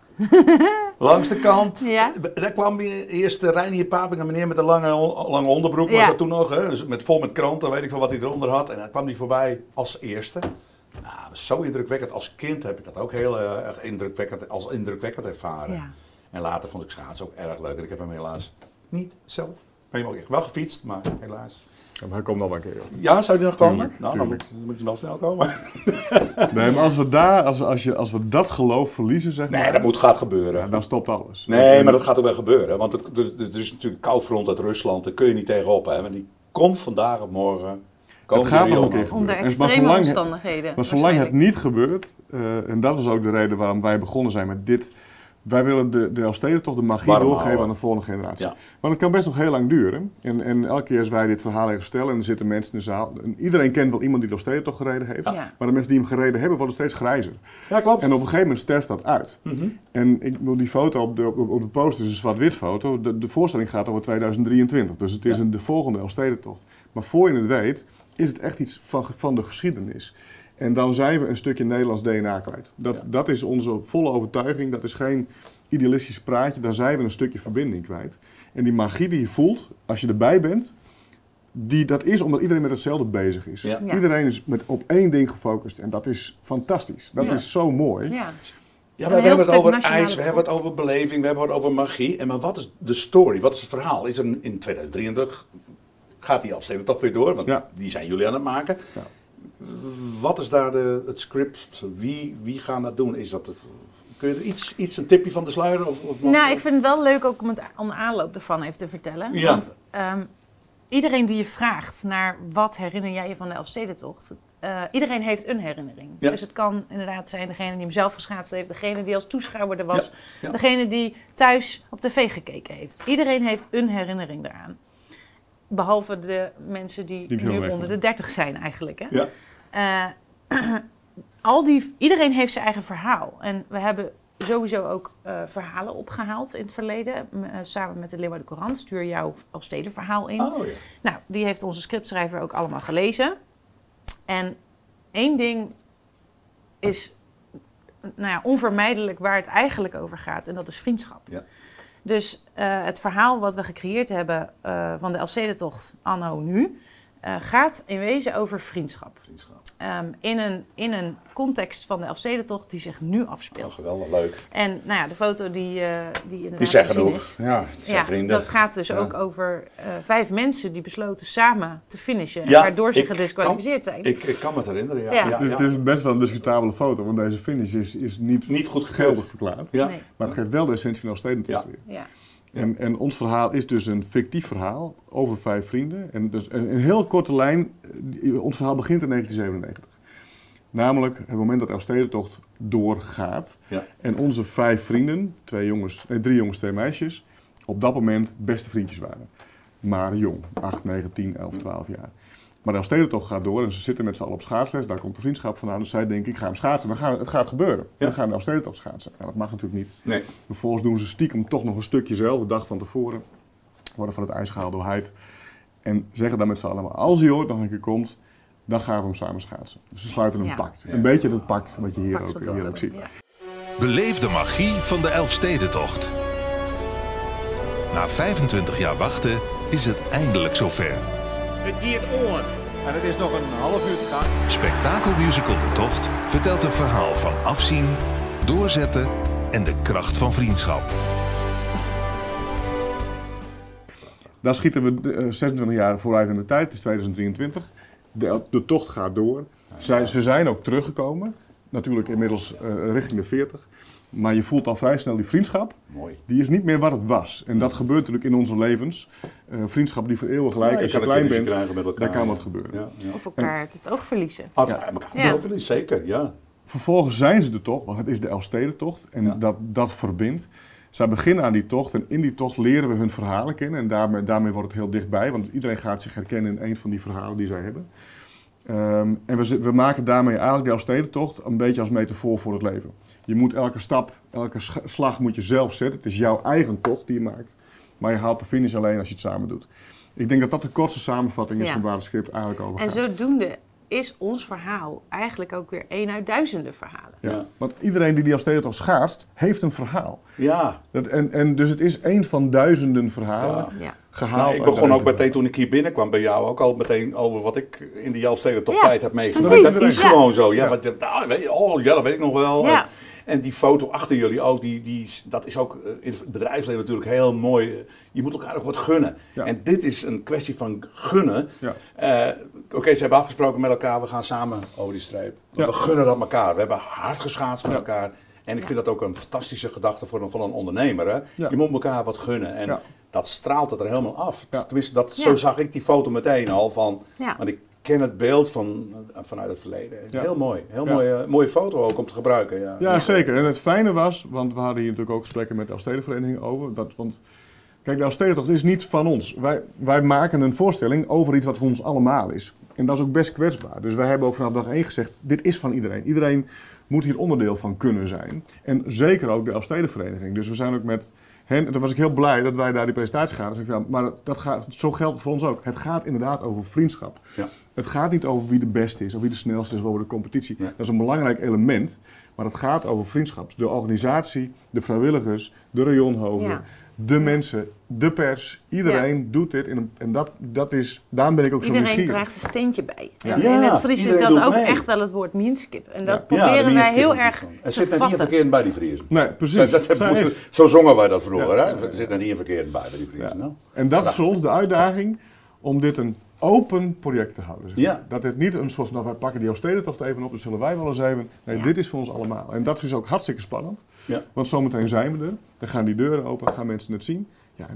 langs de kant. Ja. Daar kwam eerst Reinier Paping, een meneer met een lange onderbroek, was dat toen nog, hè? Dus vol met kranten, weet ik veel wat hij eronder had. En dan kwam hij voorbij als eerste. Nou, dat was zo indrukwekkend. Als kind heb ik dat ook heel indrukwekkend ervaren. Ja. En later vond ik schaatsen ook erg leuk. En ik heb hem helaas niet zelf. Maar je mag wel gefietst, maar helaas. Ja, maar hij komt nog wel een keer. Ja, zou hij nog komen? Nou, dan moet je wel snel komen. Nee, maar als we dat geloof verliezen, zeg maar. Nee, dat gaat gebeuren. Ja, dan stopt alles. Nee, maar dat gaat ook wel gebeuren. Want er is natuurlijk een koufront uit Rusland, daar kun je niet tegenop. Hè? Maar die komt vandaag of morgen Het gaat nog een keer Onder gebeuren. extreme omstandigheden. Maar zolang het niet gebeurt, en dat was ook de reden waarom wij begonnen zijn met dit. Wij willen de Elfsteden toch de magie doorgeven aan de volgende generatie. Ja. Want het kan best nog heel lang duren. En elke keer als wij dit verhaal even vertellen en er zitten mensen in de zaal. En iedereen kent wel iemand die de Elfsteden toch gereden heeft. Ja. Maar de mensen die hem gereden hebben worden steeds grijzer. Ja, klopt. En op een gegeven moment sterft dat uit. En die foto op de poster is een zwart-wit foto. De voorstelling gaat over 2023. Dus het is de volgende Elfstedentocht. Maar voor je het weet, is het echt iets van de geschiedenis. En dan zijn we een stukje Nederlands DNA kwijt. Dat is onze volle overtuiging. Dat is geen idealistisch praatje. Daar zijn we een stukje verbinding kwijt. En die magie die je voelt als je erbij bent, dat is omdat iedereen met hetzelfde bezig is. Ja. Iedereen is op één ding gefocust. En dat is fantastisch. Dat is zo mooi. Ja. Ja, maar we hebben het over ijs, we hebben het over beleving, we hebben het over magie. Maar wat is de story? Wat is het verhaal? Is er in 2023 gaat die Elfstedentocht weer door? Want die zijn jullie aan het maken. Ja. Wat is daar het script? Wie gaan dat doen? Kun je er een tipje van de sluier? Nou, ik vind het wel leuk ook om de aanloop ervan even te vertellen. Ja. Want iedereen die je vraagt naar wat herinner jij je van de Elfstedentocht, iedereen heeft een herinnering. Ja. Dus het kan inderdaad zijn degene die hem zelf geschaatst heeft, degene die als toeschouwer er was, degene die thuis op tv gekeken heeft. Iedereen heeft een herinnering daaraan. Behalve de mensen die nu onder de 30 zijn eigenlijk. Hè? Ja. Iedereen heeft zijn eigen verhaal. En we hebben sowieso ook verhalen opgehaald in het verleden. Samen met de Leeuwarden Courant. Stuur jouw Elfstedenverhaal in. Oh, ja. Nou, die heeft onze scriptschrijver ook allemaal gelezen. En één ding is onvermijdelijk waar het eigenlijk over gaat. En dat is vriendschap. Ja. Dus het verhaal wat we gecreëerd hebben van de Elfstedentocht anno nu, gaat in wezen over vriendschap. In een context van de Elfstedentocht die zich nu afspeelt. Oh, geweldig leuk. En de foto die inderdaad die zeggen genoeg. Ja, het zijn vrienden. Dat gaat dus ook over 5 mensen die besloten samen te finishen. Waardoor ze gedisqualificeerd zijn. Ik kan me het herinneren, Dus het is best wel een discutabele foto, want deze finish is niet goed geldig verklaard. Ja. Nee. Maar het geeft wel de essentie van de Elfstedentocht weer. Ja. En ons verhaal is dus een fictief verhaal over 5 vrienden. En dus een heel korte lijn, ons verhaal begint in 1997. Namelijk het moment dat de Elfstedentocht doorgaat. Ja. En onze 5 vrienden, 3 jongens, 2 meisjes, op dat moment beste vriendjes waren. Maar jong, 8, 9, 10, 11, 12 jaar. Maar de Elfstedentocht gaat door en ze zitten met z'n allen op schaatsles. Daar komt de vriendschap vandaan. Dus zij denken, ik ga hem schaatsen. Het gaat gebeuren. Ja. We gaan de Elfstedentocht schaatsen. Nou, dat mag natuurlijk niet. Nee. Vervolgens doen ze stiekem toch nog een stukje zelf, de dag van tevoren. Worden van het ijs gehaald door Heid. En zeggen dan met z'n allen, maar als hij ooit nog een keer komt, dan gaan we hem samen schaatsen. Dus ze sluiten een pact. Ja. Een beetje het pact wat je hier ook ziet. Ja. Beleef de magie van de Elfstedentocht. Na 25 jaar wachten is het eindelijk zover. Het gaat on. En het is nog een half uur te gaan. Spektakelmusical De Tocht vertelt een verhaal van afzien, doorzetten en de kracht van vriendschap. Daar schieten we 26 jaar vooruit in de tijd, het is 2023. De tocht gaat door. Ze zijn ook teruggekomen, natuurlijk inmiddels richting de 40. Maar je voelt al vrij snel die vriendschap, die is niet meer wat het was. En dat gebeurt natuurlijk in onze levens. Vriendschap die voor eeuwig gelijk, als je klein bent, daar kan wat gebeuren. Ja, ja. Of elkaar het oog verliezen. Elkaar het oog verliezen, zeker, ja. Vervolgens zijn ze er toch, want het is de Elfstedentocht en dat verbindt. Zij beginnen aan die tocht en in die tocht leren we hun verhalen kennen. En daarmee wordt het heel dichtbij, want iedereen gaat zich herkennen in een van die verhalen die zij hebben. En we maken daarmee eigenlijk de Elfstedentocht een beetje als metafoor voor het leven. Je moet elke stap, elke slag moet je zelf zetten. Het is jouw eigen tocht die je maakt. Maar je haalt de finish alleen als je het samen doet. Ik denk dat dat de kortste samenvatting is van waar het script eigenlijk over gaat. En zodoende is ons verhaal eigenlijk ook weer 1 uit duizenden verhalen. Ja. Want iedereen die Elfstedentocht schaatst, heeft een verhaal. Ja. Dus het is 1 van duizenden verhalen gehaald. Ik begon ook meteen toen ik hier binnenkwam bij jou ook al meteen over wat ik in die Elfstedentocht tijd heb meegemaakt. Dat is gewoon zo. Ja, dat weet ik nog wel. Ja. En die foto achter jullie ook, dat is ook in het bedrijfsleven natuurlijk heel mooi. Je moet elkaar ook wat gunnen. Ja. En dit is een kwestie van gunnen. Ja. Oké, ze hebben afgesproken met elkaar, we gaan samen over die streep. We gunnen dat elkaar. We hebben hard geschaatst met elkaar. En ik vind dat ook een fantastische gedachte van een ondernemer. Hè? Ja. Je moet elkaar wat gunnen. En dat straalt het er helemaal af. Ja. Tenminste, zo zag ik die foto meteen al van. Ja. Want ik ken het beeld vanuit het verleden. Ja. Heel mooi. Mooie foto ook om te gebruiken. Ja, zeker. En het fijne was, want we hadden hier natuurlijk ook gesprekken met de Elfstedenvereniging over. Want kijk, de Elfstedentocht is niet van ons. Wij maken een voorstelling over iets wat voor ons allemaal is. En dat is ook best kwetsbaar. Dus wij hebben ook vanaf dag 1 gezegd, dit is van iedereen. Iedereen moet hier onderdeel van kunnen zijn. En zeker ook de Elfstedenvereniging. Dus we zijn ook met hen, en toen was ik heel blij dat wij daar die presentatie gaan. Dus ik, ja, maar zo geldt het voor ons ook. Het gaat inderdaad over vriendschap. Ja. Het gaat niet over wie de beste is of wie de snelste is over de competitie. Ja. Dat is een belangrijk element. Maar het gaat over vriendschap. De organisatie, de vrijwilligers, de rayonhoofden, de mensen, de pers. Iedereen doet dit. En dat is, daarom ben ik ook zo nieuwsgierig. Iedereen draagt zijn steentje bij. Ja. En in het Fries is iedereen dat doet ook mee. echt wel het woord Mienskip. En dat Ja, proberen wij heel de erg Er te zit net niet vatten. een verkeerd bij die Friesen. Nee, precies. Zo zongen wij dat vroeger. Ja. Hè? Er zit net niet een verkeerd bij die Friesen. Ja. Nou. En dat is voor ons de uitdaging om dit een open project te houden. Zeg maar. Ja. Dat het niet een soort van, wij pakken die Elfstedentocht even op, dan zullen wij wel eens even. Nee, dit is voor ons allemaal. En dat is ook hartstikke spannend. Ja. Want zometeen zijn we er, dan gaan die deuren open, gaan mensen het zien. Ja,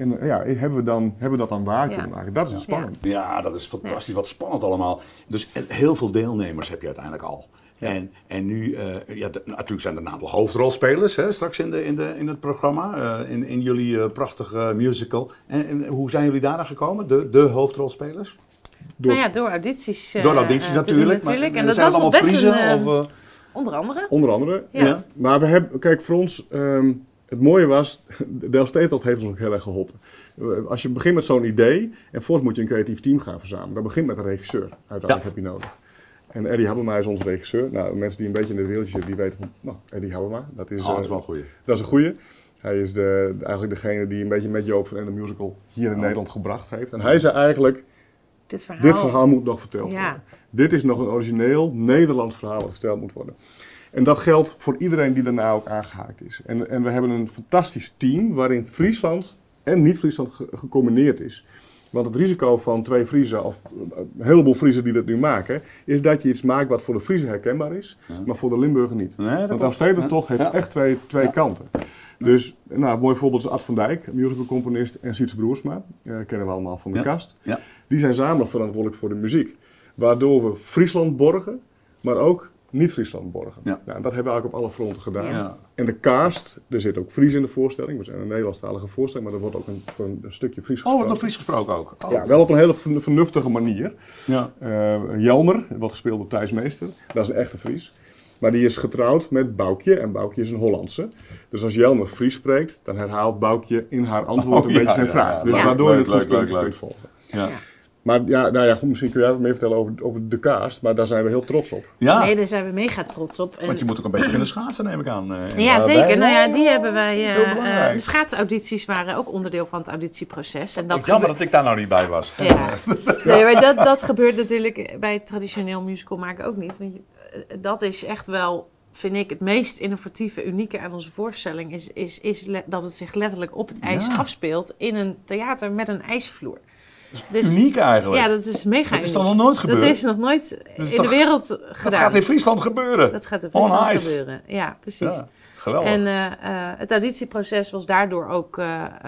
en hebben we dat dan waar kunnen maken? Dat is het spannend. Ja, dat is fantastisch. Wat spannend allemaal. Dus heel veel deelnemers heb je uiteindelijk al. Ja. En nu, natuurlijk zijn er een aantal hoofdrolspelers hè, straks in het programma. In jullie prachtige musical. En hoe zijn jullie daar aan gekomen? De hoofdrolspelers? Door audities. Door audities natuurlijk. En dat dat zijn was allemaal nog best Friesen? onder andere. Onder andere. Ja. Maar we hebben, kijk, voor ons, het mooie was, de Elfstedentocht heeft ons ook heel erg geholpen. Als je begint met zo'n idee, en volgens moet je een creatief team gaan verzamelen. Dat begint met een regisseur, uiteindelijk heb je nodig. En Eddie Habema is onze regisseur. Nou, mensen die een beetje in de wereldje zitten, die weten van, nou, Eddie Habema, dat is Dat is wel een goeie. Dat is een goeie. Hij is eigenlijk degene die een beetje met Joop van en de musical hier in Nederland gebracht heeft. En hij zei eigenlijk, Dit verhaal moet nog verteld worden. Dit is nog een origineel Nederlands verhaal dat verteld moet worden. En dat geldt voor iedereen die daarna ook aangehaakt is. En we hebben een fantastisch team waarin Friesland en niet-Friesland gecombineerd is. Want het risico van 2 Friezen, of een heleboel Friezen die dat nu maken, is dat je iets maakt wat voor de Friezen herkenbaar is, maar voor de Limburger niet. Nee, Want Elfstedentocht heeft echt twee kanten. Dus een mooi voorbeeld is Ad van Dijk, musicalcomponist, en Sietse Broersma, kennen we allemaal van de kast. Ja. Die zijn samen verantwoordelijk voor de muziek. Waardoor we Friesland borgen, maar ook niet-Friesland borgen. Ja. Nou, dat hebben we eigenlijk op alle fronten gedaan. Ja. En de cast, er zit ook Fries in de voorstelling. We zijn een Nederlandstalige voorstelling, maar er wordt ook een stukje Fries gesproken. wordt nog Fries gesproken ook? Oh. Ja, wel op een hele vernuftige manier. Ja. Jelmer, wordt gespeeld door Thijs Meester, dat is een echte Fries. Maar die is getrouwd met Boukje en Boukje is een Hollandse. Dus als Jelmer Fries spreekt, dan herhaalt Boukje in haar antwoord een beetje zijn vraag. Dus waardoor je het goed kunt volgen. Ja. Maar ja, goed, misschien kun jij wat meer vertellen over de cast, maar daar zijn we heel trots op. Ja. Nee, daar zijn we mega trots op. En Want je moet ook een beetje kunnen schaatsen, neem ik aan. ja, zeker. Nou ja, die hebben wij. Heel belangrijk. De schaatsaudities waren ook onderdeel van het auditieproces. En dat Jammer dat ik daar nou niet bij was. Ja. Nee, maar dat gebeurt natuurlijk bij het traditioneel musical maken ook niet. Want dat is echt wel, vind ik, het meest innovatieve, unieke aan onze voorstelling. Is dat het zich letterlijk op het ijs afspeelt in een theater met een ijsvloer. Dus, uniek eigenlijk. Ja, dat is mega Dat is dan nog nooit gebeurd? Dat is nog nooit in de wereld gedaan. Dat gaat in Friesland gebeuren. Dat gaat in Friesland gebeuren. Ja, precies. Ja, geweldig. En het auditieproces was daardoor ook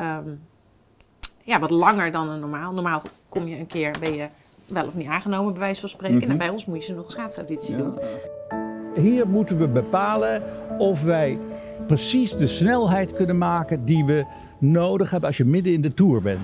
wat langer dan een normaal. Normaal kom je een keer, ben je wel of niet aangenomen, bij wijze van spreken. En bij ons moet je nog een schaatsauditie doen. Hier moeten we bepalen of wij precies de snelheid kunnen maken die we nodig hebben als je midden in de tour bent.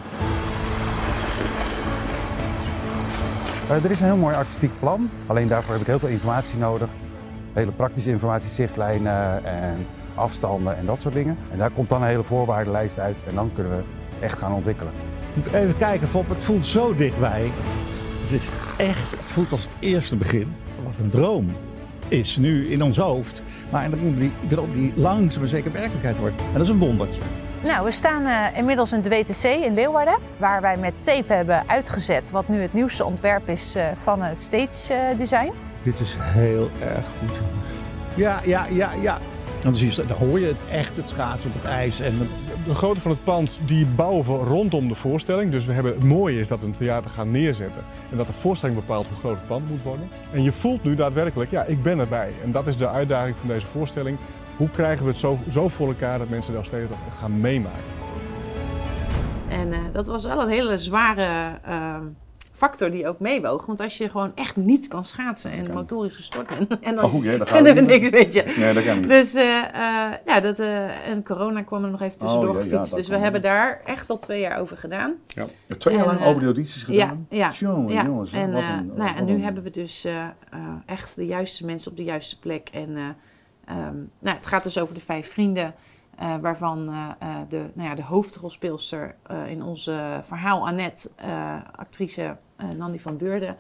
Er is een heel mooi artistiek plan, alleen daarvoor heb ik heel veel informatie nodig. Hele praktische informatie, zichtlijnen en afstanden en dat soort dingen. En daar komt dan een hele voorwaardenlijst uit en dan kunnen we echt gaan ontwikkelen. Even kijken, Fop, het voelt zo dichtbij. Het is echt, het voelt als het eerste begin. Wat een droom is nu in ons hoofd. Maar dan moet die droom die langzaam maar zeker werkelijkheid wordt. En dat is een wondertje. Nou, we staan inmiddels in de WTC in Leeuwarden, waar wij met tape hebben uitgezet wat nu het nieuwste ontwerp is van het stage design. Dit is heel erg goed, jongens. Ja. Dan hoor je het echt, het schaatsen op het ijs. En De grootte van het pand die bouwen we rondom de voorstelling. Dus het mooie is dat we een theater gaan neerzetten. En dat de voorstelling bepaalt hoe groot het pand moet worden. En je voelt nu daadwerkelijk, ja, ik ben erbij. En dat is de uitdaging van deze voorstelling. Hoe krijgen we het zo voor elkaar dat mensen de Elfstedentocht gaan meemaken? En dat was wel een hele zware factor die ook meewoog. Want als je gewoon echt niet kan schaatsen en motorisch gestort bent, en dan dat kunnen we niks, weet je. Nee, dat kan niet. Dus en corona kwam er nog even tussendoor gefietst. Dus we hebben daar echt wel 2 jaar over gedaan. Ja. 2 jaar lang over de audities gedaan? Ja. Jongens. En nu hebben we dus echt de juiste mensen op de juiste plek. En het gaat dus over de 5 vrienden. Waarvan de hoofdrolspeelster in ons verhaal Annette, actrice Nandi van Beurden,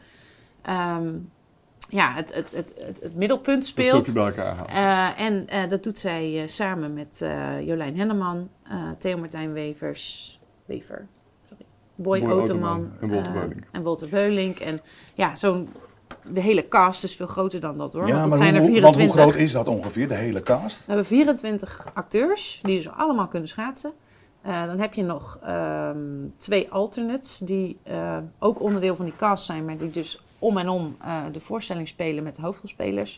het middelpunt speelt. Dat bij elkaar halen. En dat doet zij samen met Jolijn Henneman, Theo Martijn Boy Oterman en Wolter Beulink. En ja, de hele cast is veel groter dan dat hoor. Ja, want maar zijn er 24. Want hoe groot is dat ongeveer, de hele cast? We hebben 24 acteurs die dus allemaal kunnen schaatsen. Dan heb je nog 2 alternates die ook onderdeel van die cast zijn, maar die dus om en om de voorstelling spelen met de hoofdrolspelers.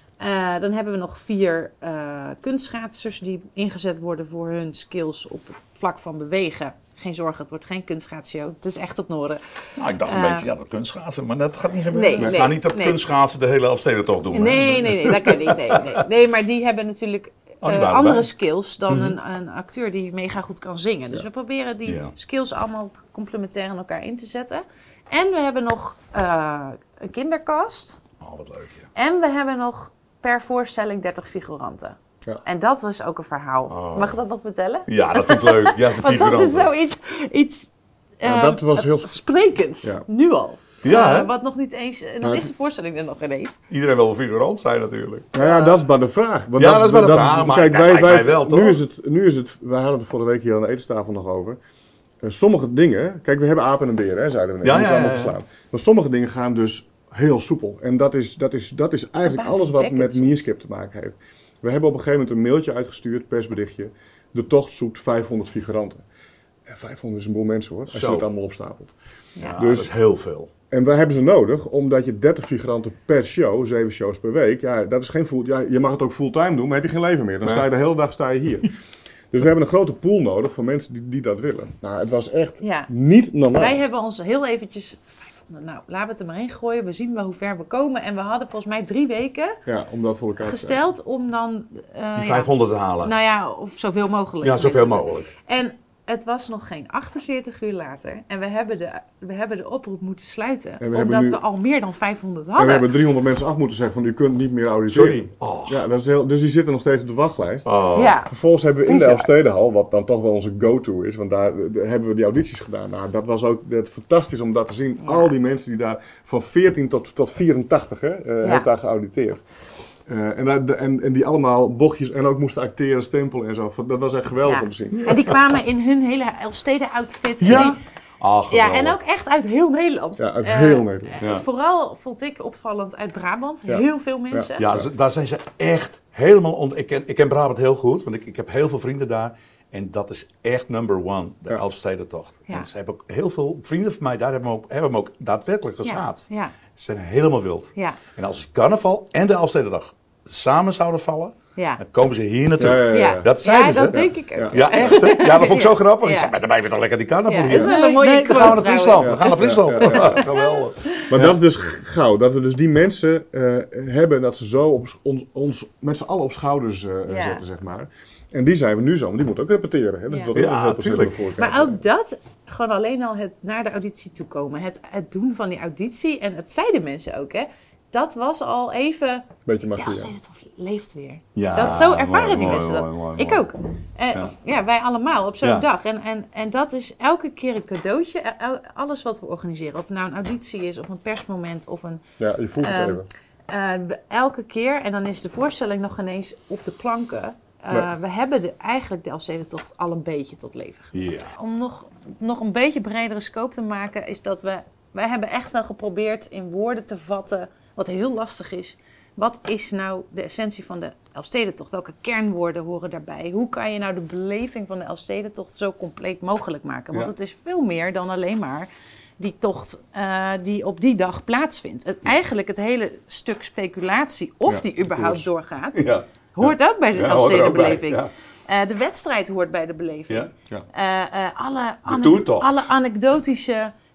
Dan hebben we nog 4 kunstschaatsers die ingezet worden voor hun skills op het vlak van bewegen. Geen zorgen, het wordt geen kunstschaatshow. Het is echt op Noorden. Nou, ik dacht een beetje, dat kunstschaatsen, maar dat gaat niet gebeuren. Nee, ik ga niet op kunstschaatsen de hele Elfstedentocht doen. Nee, dat kan niet. Nee, maar die hebben natuurlijk andere skills dan een acteur die mega goed kan zingen. Dus we proberen die skills allemaal complementair aan elkaar in te zetten. En we hebben nog een kindercast. Oh, wat leuk, ja. En we hebben nog per voorstelling 30 figuranten. Ja. En dat was ook een verhaal. Oh. Mag ik dat nog vertellen? Ja, dat vind ik leuk. Ja, want dat is zoiets dat was heel sprekends, nu al. Ja, wat nog niet eens, dan is de voorstelling er nog ineens. Iedereen wil een figurant zijn natuurlijk. Nou ja, dat is maar de vraag. Want dat is maar de vraag, maar kijk, wij wel, toch? Nu is het, we hadden het vorige week hier aan de etenstafel nog over. Sommige dingen, kijk, we hebben apen en beren, hè, zeiden we net. Die gaan verslaan. Maar sommige dingen gaan dus heel soepel. En dat is eigenlijk alles wat met Meerskip te maken heeft. We hebben op een gegeven moment een mailtje uitgestuurd, persberichtje. De tocht zoekt 500 figuranten. En 500 is een boel mensen hoor, als je het allemaal opstapelt. Ja, dus, dat is heel veel. En wij hebben ze nodig, omdat je 30 figuranten per show, 7 shows per week. Ja, dat is geen je mag het ook fulltime doen, maar heb je geen leven meer. Dan sta je de hele dag hier. Dus we hebben een grote pool nodig van mensen die dat willen. Nou, het was echt niet normaal. Wij hebben ons heel eventjes... Nou, laten we het er maar in gooien. We zien wel hoe ver we komen. En we hadden volgens mij 3 weken om dat voor elkaar gesteld om dan... die 500 te halen. Nou ja, of zoveel mogelijk. Ja, zoveel mogelijk. En het was nog geen 48 uur later. En we hebben de oproep moeten sluiten. Omdat we al meer dan 500 hadden. En we hebben 300 mensen af moeten zeggen van u kunt niet meer auditeren. Sorry. Oh. Ja, dat is dus die zitten nog steeds op de wachtlijst. Oh. Ja. Vervolgens hebben we in de Elfstedenhal, wat dan toch wel onze go-to is, want daar hebben we die audities gedaan. Nou, dat was ook fantastisch om dat te zien. Ja. Al die mensen die daar van 14 tot 84 heeft daar geauditeerd. En die allemaal bochtjes en ook moesten acteren, stempelen en zo. Dat was echt geweldig om te zien. En die kwamen in hun hele Elfsteden-outfit. Ja. En ook echt uit heel Nederland. Ja, uit heel Nederland. Ja. Vooral vond ik opvallend uit Brabant. Ja. Heel veel mensen. Ja, daar zijn ze echt helemaal Ik ken Brabant heel goed, want ik heb heel veel vrienden daar. En dat is echt number 1, de Elfstedentocht. Ja. En ze hebben ook heel veel vrienden van mij daar hebben hem ook daadwerkelijk geschaatst. Ja. Ze zijn helemaal wild. Ja. En als het carnaval en de Elfstedendag samen zouden vallen, dan komen ze hier naartoe. Ja. Dat zeiden ze. Dat denk ik ook. Ja, echt. Hè? Ja, dat vond ik zo grappig. Ik zei, dan blijven we toch lekker die carnaval hier. Dat is wel een mooie dan gaan we naar Friesland. We gaan naar Friesland. Geweldig. Maar dat is dus goud. Dat we dus die mensen hebben, dat ze zo ons met z'n allen op schouders zetten, zeg maar. En die zijn we nu zo, maar die moeten ook repeteren. Hè? Dus dat is heel natuurlijk. Maar ook dat, gewoon alleen al het naar de auditie toe komen. Het doen van die auditie, en het zeiden mensen ook, hè. Dat was al even... Beetje magie, het leeft weer. Ja, zo ervaren die mensen dat. Mooi. Ik ook. Wij allemaal op zo'n dag. En dat is elke keer een cadeautje. Alles wat we organiseren. Of het nou een auditie is, of een persmoment, of een... Ja, je voelt het even. Elke keer, en dan is de voorstelling nog ineens op de planken. We hebben eigenlijk de Elfstedentocht al een beetje tot leven gebracht. Om nog een beetje bredere scope te maken, is dat wij hebben echt wel geprobeerd in woorden te vatten, wat heel lastig is. Wat is nou de essentie van de Elfstedentocht? Welke kernwoorden horen daarbij? Hoe kan je nou de beleving van de Elfstedentocht zo compleet mogelijk maken? Want het is veel meer dan alleen maar die tocht die op die dag plaatsvindt. Eigenlijk het hele stuk speculatie, of die überhaupt doorgaat, hoort ook bij de Elfstedenbeleving. De wedstrijd hoort bij de beleving. Alle anekdotische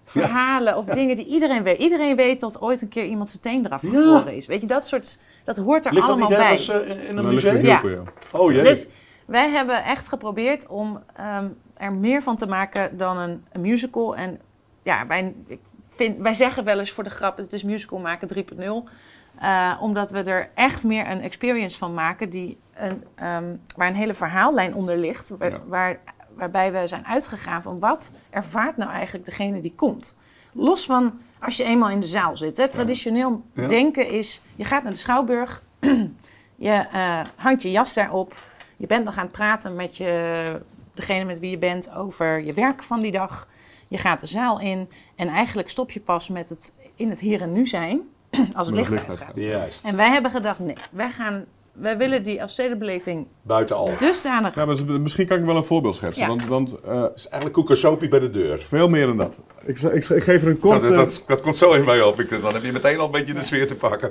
verhalen of dingen die iedereen weet. Iedereen weet dat ooit een keer iemand zijn teen eraf gevroren is. Weet je, dat hoort er Ligt allemaal dat bij. niet ergens in een museum? Ja. Oh jee. Dus wij hebben echt geprobeerd om er meer van te maken dan een musical. En ja, wij zeggen wel eens voor de grap, het is musical maken 3.0. Omdat we er echt meer een experience van maken waar een hele verhaallijn onder ligt. Waarbij we zijn uitgegaan van wat ervaart nou eigenlijk degene die komt. Los van als je eenmaal in de zaal zit. Hè. Traditioneel denken is, je gaat naar de Schouwburg, je hangt je jas daarop. Je bent nog aan het praten met degene met wie je bent over je werk van die dag. Je gaat de zaal in en eigenlijk stop je pas met het in het hier en nu zijn als het licht uitgaat. Juist. En wij hebben gedacht, nee, wij willen die Elfstedenbeleving buiten al. Dusdanig. Ja, maar misschien kan ik wel een voorbeeld schetsen. Ja. Want Het is eigenlijk koekensopie bij de deur. veel meer dan dat. Ik geef er een korte... Dat komt zo in mij op. Dan heb je meteen al een beetje de sfeer te pakken.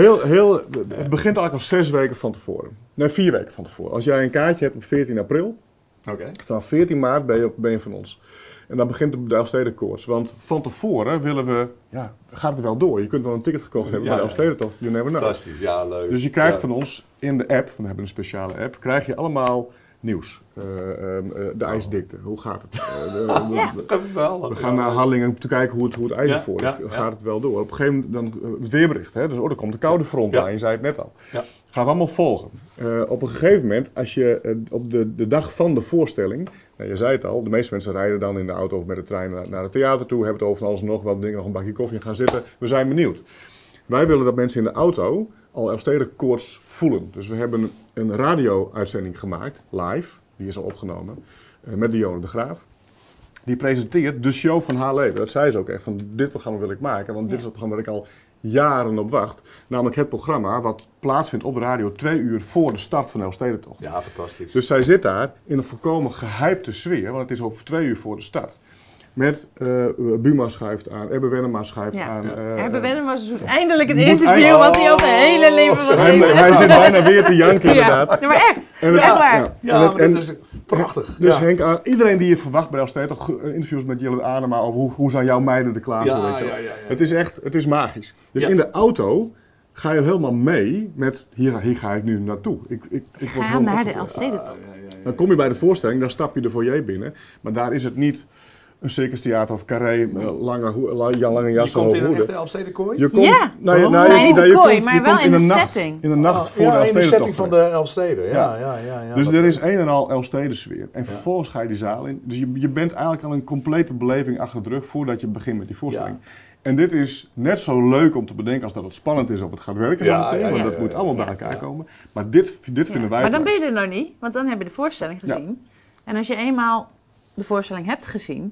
Het begint eigenlijk al 6 weken van tevoren. Nee, 4 weken van tevoren. Als jij een kaartje hebt op 14 april, vanaf 14 maart ben je van ons. En dan begint de Elfstedenkoorts. Want van tevoren gaat het wel door. Je kunt wel een ticket gekocht hebben bij de Elfstedentocht. You never know. Fantastisch, ja, leuk. Dus je krijgt van ons in de app, we hebben een speciale app, krijg je allemaal nieuws. De ijsdikte, hoe gaat het? Geweldig. We gaan naar Harlingen om te kijken hoe het ijs ervoor is. Gaat het wel door? Op een gegeven moment het weerbericht. Hè? Dus er komt een koude front aan, je zei het net al. Ja. Gaan we allemaal volgen. Op een gegeven moment, als je op de dag van de voorstelling, je zei het al, de meeste mensen rijden dan in de auto of met de trein naar het theater toe, hebben het over alles nog wat dingen, nog een bakje koffie en gaan zitten. We zijn benieuwd. Wij willen dat mensen in de auto al Elfstedenkoorts voelen. Dus we hebben een radio-uitzending gemaakt, live, die is al opgenomen, met Dionne de Graaf. Die presenteert de show van haar leven. Dat zei ze ook echt, van dit programma wil ik maken, want dit is het programma waar ik al jaren op wacht. Namelijk het programma wat plaatsvindt op de radio 2 uur voor de start van de Elfstedentocht. Ja, fantastisch. Dus zij zit daar in een volkomen gehypte sfeer, want het is ook 2 uur voor de start. Met Buma schuift aan, Ebbe Wennemar schuift aan. Ebbe Wennemar doet eindelijk het interview wat hij al zijn hele leven wil geven. Hij zit bijna weer te janken inderdaad. Ja, maar echt. Echt waar. Ja, maar dat is prachtig. Dus Henk, iedereen die je verwacht bij Elfstedentocht, interviews met Jelle Adema over hoe zijn jouw meiden er klaar voor. Weet je wel. Het is echt, het is magisch. Dus in de auto ga je helemaal mee met, hier ga ik nu naartoe. Ik ga naar de Elfstedentocht. Dan kom je bij de voorstelling, dan stap je de foyer binnen. Maar daar is het niet een circustheater of carré, lange jassen, hoge hoeden. Je komt in een echte Elfstedenkooi? Je komt, niet in de kooi, maar wel in de setting. In de nacht voor de Elfstedentocht. in de setting van de Elfsteden, ja. Dus er is een en al Elfstedensfeer. En vervolgens ga je die zaal in. Dus je bent eigenlijk al een complete beleving achter de rug voordat je begint met die voorstelling. Ja. En dit is net zo leuk om te bedenken als dat het spannend is of het gaat werken zo meteen. Want dat moet allemaal bij elkaar komen. Maar dit vinden wij. Maar dan ben je er nog niet, want dan heb je de voorstelling gezien. Ja. En als je eenmaal de voorstelling hebt gezien,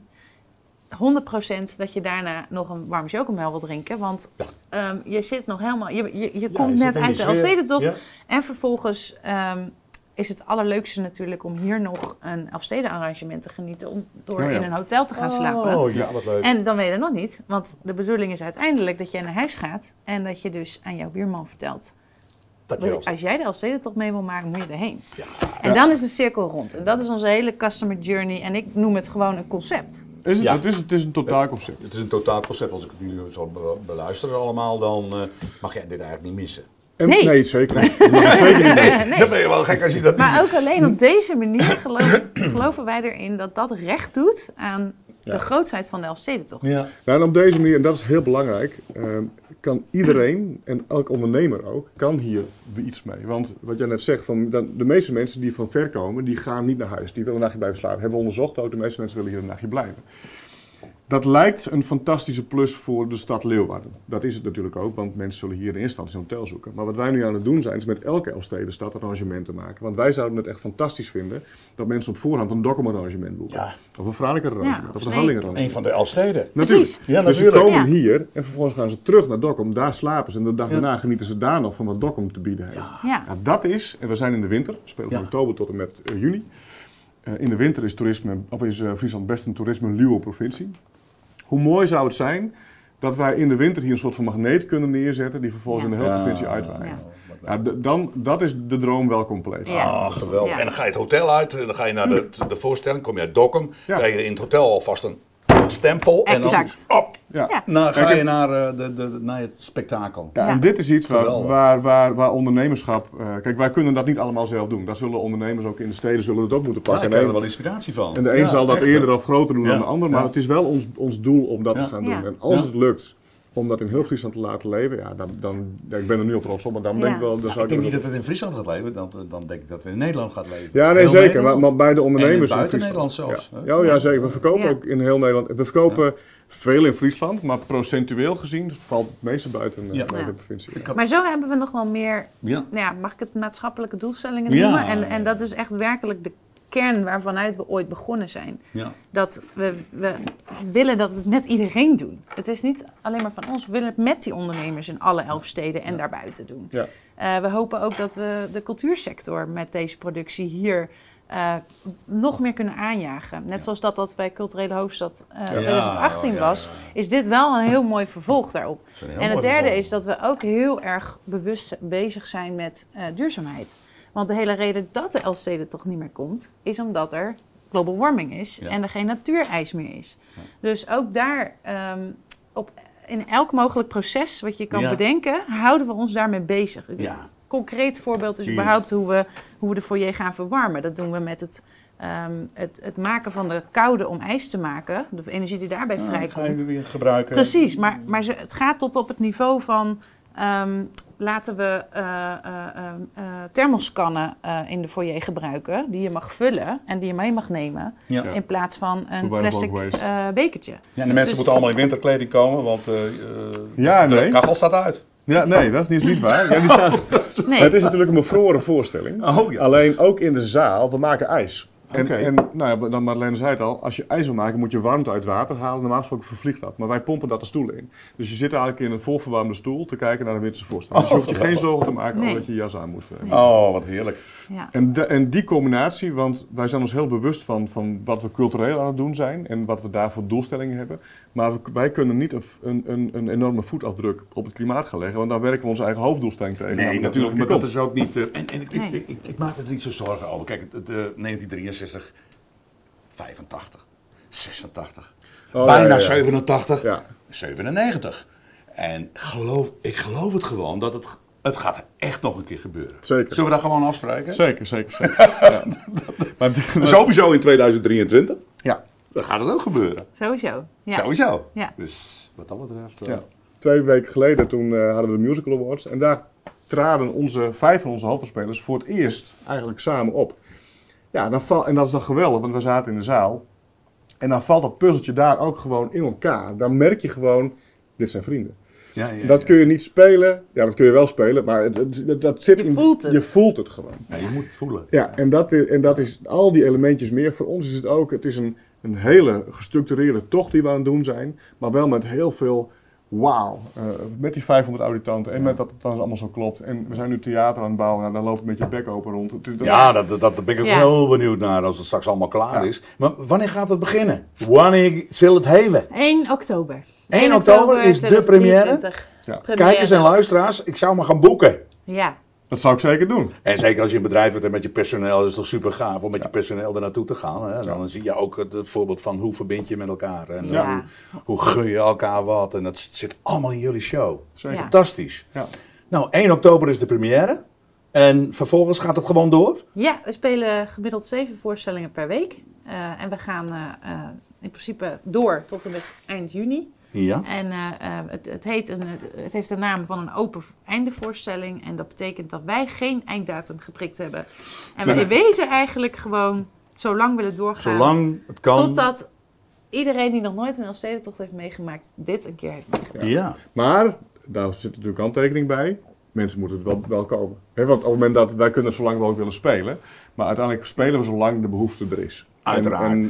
100% dat je daarna nog een warm chocomel wil drinken. Want je zit nog helemaal, je komt net uit de Elfstedentocht. Ja. En vervolgens is het allerleukste natuurlijk om hier nog een Elfsteden-arrangement te genieten. Door in een hotel te gaan slapen. Oh, ja, wat leuk. En dan weet je dat nog niet. Want de bedoeling is uiteindelijk dat je naar huis gaat. En dat je dus aan jouw buurman vertelt. Als jij de Elfstedentocht mee wil maken, moet je erheen. Ja. En dan is de cirkel rond. En dat is onze hele customer journey. En ik noem het gewoon een concept. Het is een totaalconcept. Het is een totaalconcept. Als ik het nu zo beluister allemaal, dan mag jij dit eigenlijk niet missen. Nee, zeker niet. Nee. Dan ben je wel gek als je dat maar ook alleen op deze manier geloven wij erin dat recht doet aan de grootsheid van de Elfstedentocht. Ja. Nou, en op deze manier, en dat is heel belangrijk, kan iedereen, en elk ondernemer ook, kan hier iets mee. Want wat jij net zegt, de meeste mensen die van ver komen, die gaan niet naar huis. Die willen een nachtje blijven slapen. Hebben we onderzocht ook, de meeste mensen willen hier een nachtje blijven. Dat lijkt een fantastische plus voor de stad Leeuwarden. Dat is het natuurlijk ook, want mensen zullen hier in eerste instantie een hotel zoeken. Maar wat wij nu aan het doen zijn, is met elke Elfstedenstad een arrangement te maken. Want wij zouden het echt fantastisch vinden dat mensen op voorhand een Dokkum-arrangement boeken. Ja. Of een Franeker-arrangement, of een Harlingen-arrangement. Een van de Elfsteden. Precies. Ja, dus ze komen hier en vervolgens gaan ze terug naar Dokkum. Daar slapen ze en de dag daarna genieten ze daar nog van wat Dokkum te bieden heeft. Ja, dat is, en we zijn in de winter, we spelen van oktober tot en met juni. In de winter is Friesland best een toerisme-luwe provincie. Hoe mooi zou het zijn dat wij in de winter hier een soort van magneet kunnen neerzetten die vervolgens in de hele provincie uitwaait. Dat is de droom wel compleet. Ah, geweldig. Ja. En dan ga je het hotel uit, dan ga je naar de voorstelling, kom je uit Dokkum, krijg je in het hotel alvast een stempel en dan Exact. op. Ja. Nou ga je naar het spektakel. Ja, en dit is iets Geweldig. waar ondernemerschap... kijk, wij kunnen dat niet allemaal zelf doen. Dat zullen ondernemers ook in de steden zullen het ook moeten Ja, pakken. ik krijg er wel inspiratie van. En de een zal dat echt, eerder of groter doen dan Ja. de ander. Maar Ja. het is wel ons doel om dat te gaan doen. Ja. En als Ja. het lukt om dat in heel Friesland te laten leven... Ja, ik ben er nu al trots op. Maar dan denk ik wel... Dan zou Ik denk niet wel- dat het in Friesland gaat leven, dan denk ik dat het in Nederland gaat leven. Ja, nee, Heel zeker. Nederland. Maar bij de ondernemers En in buiten Friesland. Nederland zelfs. Ja, ja zeker. We verkopen Ja. ook in heel Nederland. We verkopen veel in Friesland, maar procentueel gezien valt het meeste buiten Ja. de Ja. provincie. Maar zo hebben we nog wel meer, Ja. nou ja, mag ik het maatschappelijke doelstellingen Ja. noemen? En dat is echt werkelijk de kern waarvanuit we ooit begonnen zijn. Ja. Dat we willen dat we het met iedereen doen. Het is niet alleen maar van ons, we willen het met die ondernemers in alle 11 steden en daarbuiten doen. Ja. We hopen ook dat we de cultuursector met deze productie hier nog meer kunnen aanjagen. Net zoals dat bij Culturele Hoofdstad 2018 was, is dit wel een heel mooi vervolg daarop. En het derde is dat we ook heel erg bewust bezig zijn met duurzaamheid. Want de hele reden dat de Elfstedentocht niet meer komt, is omdat er global warming is en er geen natuurijs meer is. Dus ook daar, in elk mogelijk proces wat je kan bedenken, houden we ons daarmee bezig. Ja. Concreet voorbeeld is überhaupt hoe we de foyer gaan verwarmen. Dat doen we met het maken van de koude om ijs te maken. De energie die daarbij Ga je vrijkomt. weer gebruiken. Precies, maar het gaat tot op het niveau van... laten we thermoskannen in de foyer gebruiken... die je mag vullen en die je mee mag nemen... Ja. in plaats van een Survival plastic waste. bekertje. Ja, en de mensen Dus- moeten allemaal in winterkleding komen, want Ja, de nee. kachel staat uit. Ja, nee, dat is niet waar. Ja, die staat... Nee. Het is natuurlijk een bevroren voorstelling. Oh, ja. Alleen ook in de zaal, we maken ijs. En, Oké. en nou ja, dan Marlene zei het al, als je ijs wil maken moet je warmte uit water halen. Normaal gesproken vervliegt dat. Maar wij pompen dat de stoelen in. Dus je zit eigenlijk in een volverwarmde stoel te kijken naar de winterse voorstelling. Dus je hoeft je geen zorgen te maken Nee. dat je jas aan moet. Oh, wat heerlijk. Ja. En die combinatie, want wij zijn ons heel bewust van wat we cultureel aan het doen zijn en wat we daar voor doelstellingen hebben. Maar wij kunnen niet een enorme voetafdruk op het klimaat gaan leggen, want dan werken we onze eigen hoofddoelstelling tegen. Nee, Namelijk natuurlijk, maar dat dat het niet is ook niet... Nee. Ik maak me er niet zo zorgen over. Kijk, 1963, 85, 86, komt. Oh, bijna ja, ja. 87, Ja. 97. En ik geloof het gewoon dat het gaat echt nog een keer gebeuren. Zeker. Zullen we dat gewoon afspreken? Zeker. Ja. Maar Sowieso in 2023. ja. Dan gaat het ook gebeuren. Sowieso. Ja. Sowieso. Ja. Dus wat dat betreft... Ja. 2 weken geleden toen hadden we de Musical Awards en daar traden 5 van onze hoofdrolspelers voor het eerst eigenlijk samen op. Ja, en dat is dan geweldig, want we zaten in de zaal en dan valt dat puzzeltje daar ook gewoon in elkaar. Dan merk je gewoon, dit zijn vrienden. Ja, Dat kun je niet spelen, ja dat kun je wel spelen, maar dat zit Je voelt het. Je voelt het gewoon. Ja, je moet het voelen. Ja, en dat is al die elementjes meer. Voor ons is het ook, het is een hele gestructureerde tocht die we aan het doen zijn, maar wel met heel veel wauw. Met die 500 auditanten en met dat het dan allemaal zo klopt. En we zijn nu theater aan het bouwen, nou, dan loopt het met je bek open rond. Ja, daar ben ik ook Ja. heel benieuwd naar als het straks allemaal klaar is. Maar wanneer gaat het beginnen? Wanneer zal het heven? 1 oktober. 1 oktober is de première? 2023. Ja. Première. Kijkers en luisteraars, ik zou me gaan boeken. Ja. Dat zou ik zeker doen. En zeker als je een bedrijf hebt en met je personeel, is het toch super gaaf om met je personeel er naartoe te gaan. Hè? Dan zie je ook het voorbeeld van hoe verbind je met elkaar. En Ja. hoe gun je elkaar wat. En dat zit allemaal in jullie show. Zeker. Ja. Fantastisch. Ja. Nou, 1 oktober is de première. En vervolgens gaat het gewoon door? Ja, we spelen gemiddeld 7 voorstellingen per week. En we gaan in principe door tot en met eind juni. Ja. En het heeft de naam van een open eindevoorstelling. En dat betekent dat wij geen einddatum geprikt hebben. En we in wezen eigenlijk gewoon zo lang willen doorgaan. Zolang het kan. Totdat iedereen die nog nooit een Elfstedentocht heeft meegemaakt, dit een keer heeft meegemaakt. Ja. Maar, daar zit natuurlijk kanttekening bij. Mensen moeten het wel komen. Want op het moment dat wij kunnen zo lang we ook willen spelen. Maar uiteindelijk spelen we zolang de behoefte er is. Uiteraard.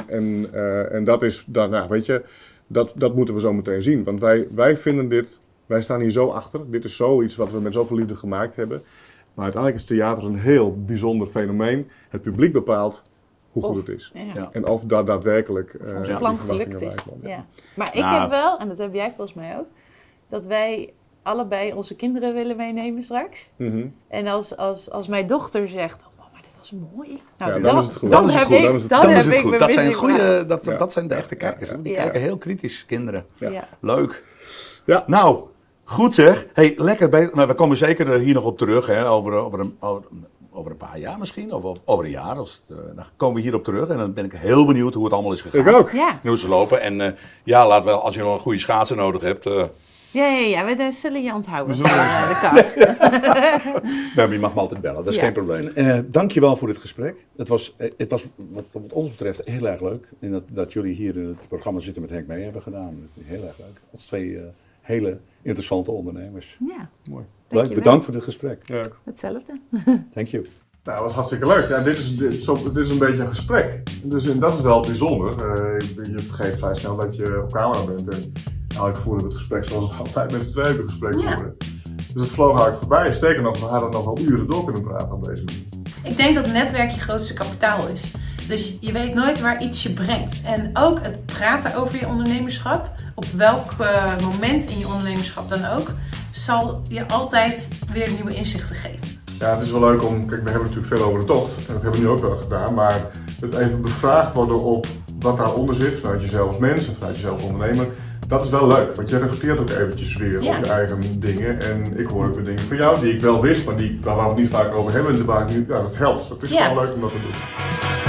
En dat is, nou, weet je, dat moeten we zo meteen zien. Want wij vinden dit, wij staan hier zo achter. Dit is zoiets wat we met zoveel liefde gemaakt hebben. Maar uiteindelijk is theater een heel bijzonder fenomeen. Het publiek bepaalt hoe goed het is. Ja. En of dat daadwerkelijk Ons die plan verwachtingen gelukt is. waarkomt. Ja. Ja. Maar ik Nou. heb wel, en dat heb jij volgens mij ook, dat wij allebei onze kinderen willen meenemen straks. Mhm. En als mijn dochter zegt, oh mama, dit was is mooi. Ja, dan is het goed. Dan is het goed. Dan is het goed. Dat zijn goede, Ja. dat zijn de echte kijkers. Die kijken heel kritisch, kinderen. Ja. Leuk. Ja. Nou, goed zeg. Hey, lekker bezig. Maar we komen zeker hier nog op terug. Hè, over een paar jaar misschien. Of over een jaar. Dan komen we hierop terug. En dan ben ik heel benieuwd hoe het allemaal is gegaan. Ik ook. Ja. Hoe ze lopen. En laat wel, als je nog een goede schaatser nodig hebt. Ja, we zullen je onthouden van de kast. Nou, je mag me altijd bellen, dat is geen probleem. Dankjewel voor dit gesprek. Het was wat ons betreft heel erg leuk. En dat jullie hier in het programma Zitten met Henk mee hebben gedaan. Heel erg leuk. Als twee hele interessante ondernemers. Ja, Mooi. Leuk, bedankt voor dit gesprek. Ja. hetzelfde. Thank you. Nou, dat was hartstikke leuk. Ja, dit is een beetje een gesprek. Dus en dat is wel bijzonder. Je vergeet vrij snel dat je op camera bent. En eigenlijk voeren we het gesprek zoals we altijd met z'n tweeën een gesprek voeren. Dus het vloog eigenlijk voorbij. Sterker nog, we hadden nog wel uren door kunnen praten op deze manier. Ik denk dat netwerk je grootste kapitaal is. Dus je weet nooit waar iets je brengt. En ook het praten over je ondernemerschap, op welk moment in je ondernemerschap dan ook, zal je altijd weer nieuwe inzichten geven. Ja, het is wel leuk om, kijk, we hebben natuurlijk veel over de tocht. En dat hebben we nu ook wel gedaan. Maar het even bevraagd worden op wat daaronder zit, vanuit jezelf als mens en vanuit jezelf als ondernemer. Dat is wel leuk, want je reflecteert ook eventjes weer op je eigen dingen. En ik hoor ook weer dingen van jou die ik wel wist, maar waar we het niet vaak over hebben. En waar ik nu, dat helpt. Dat is gewoon leuk om dat te doen.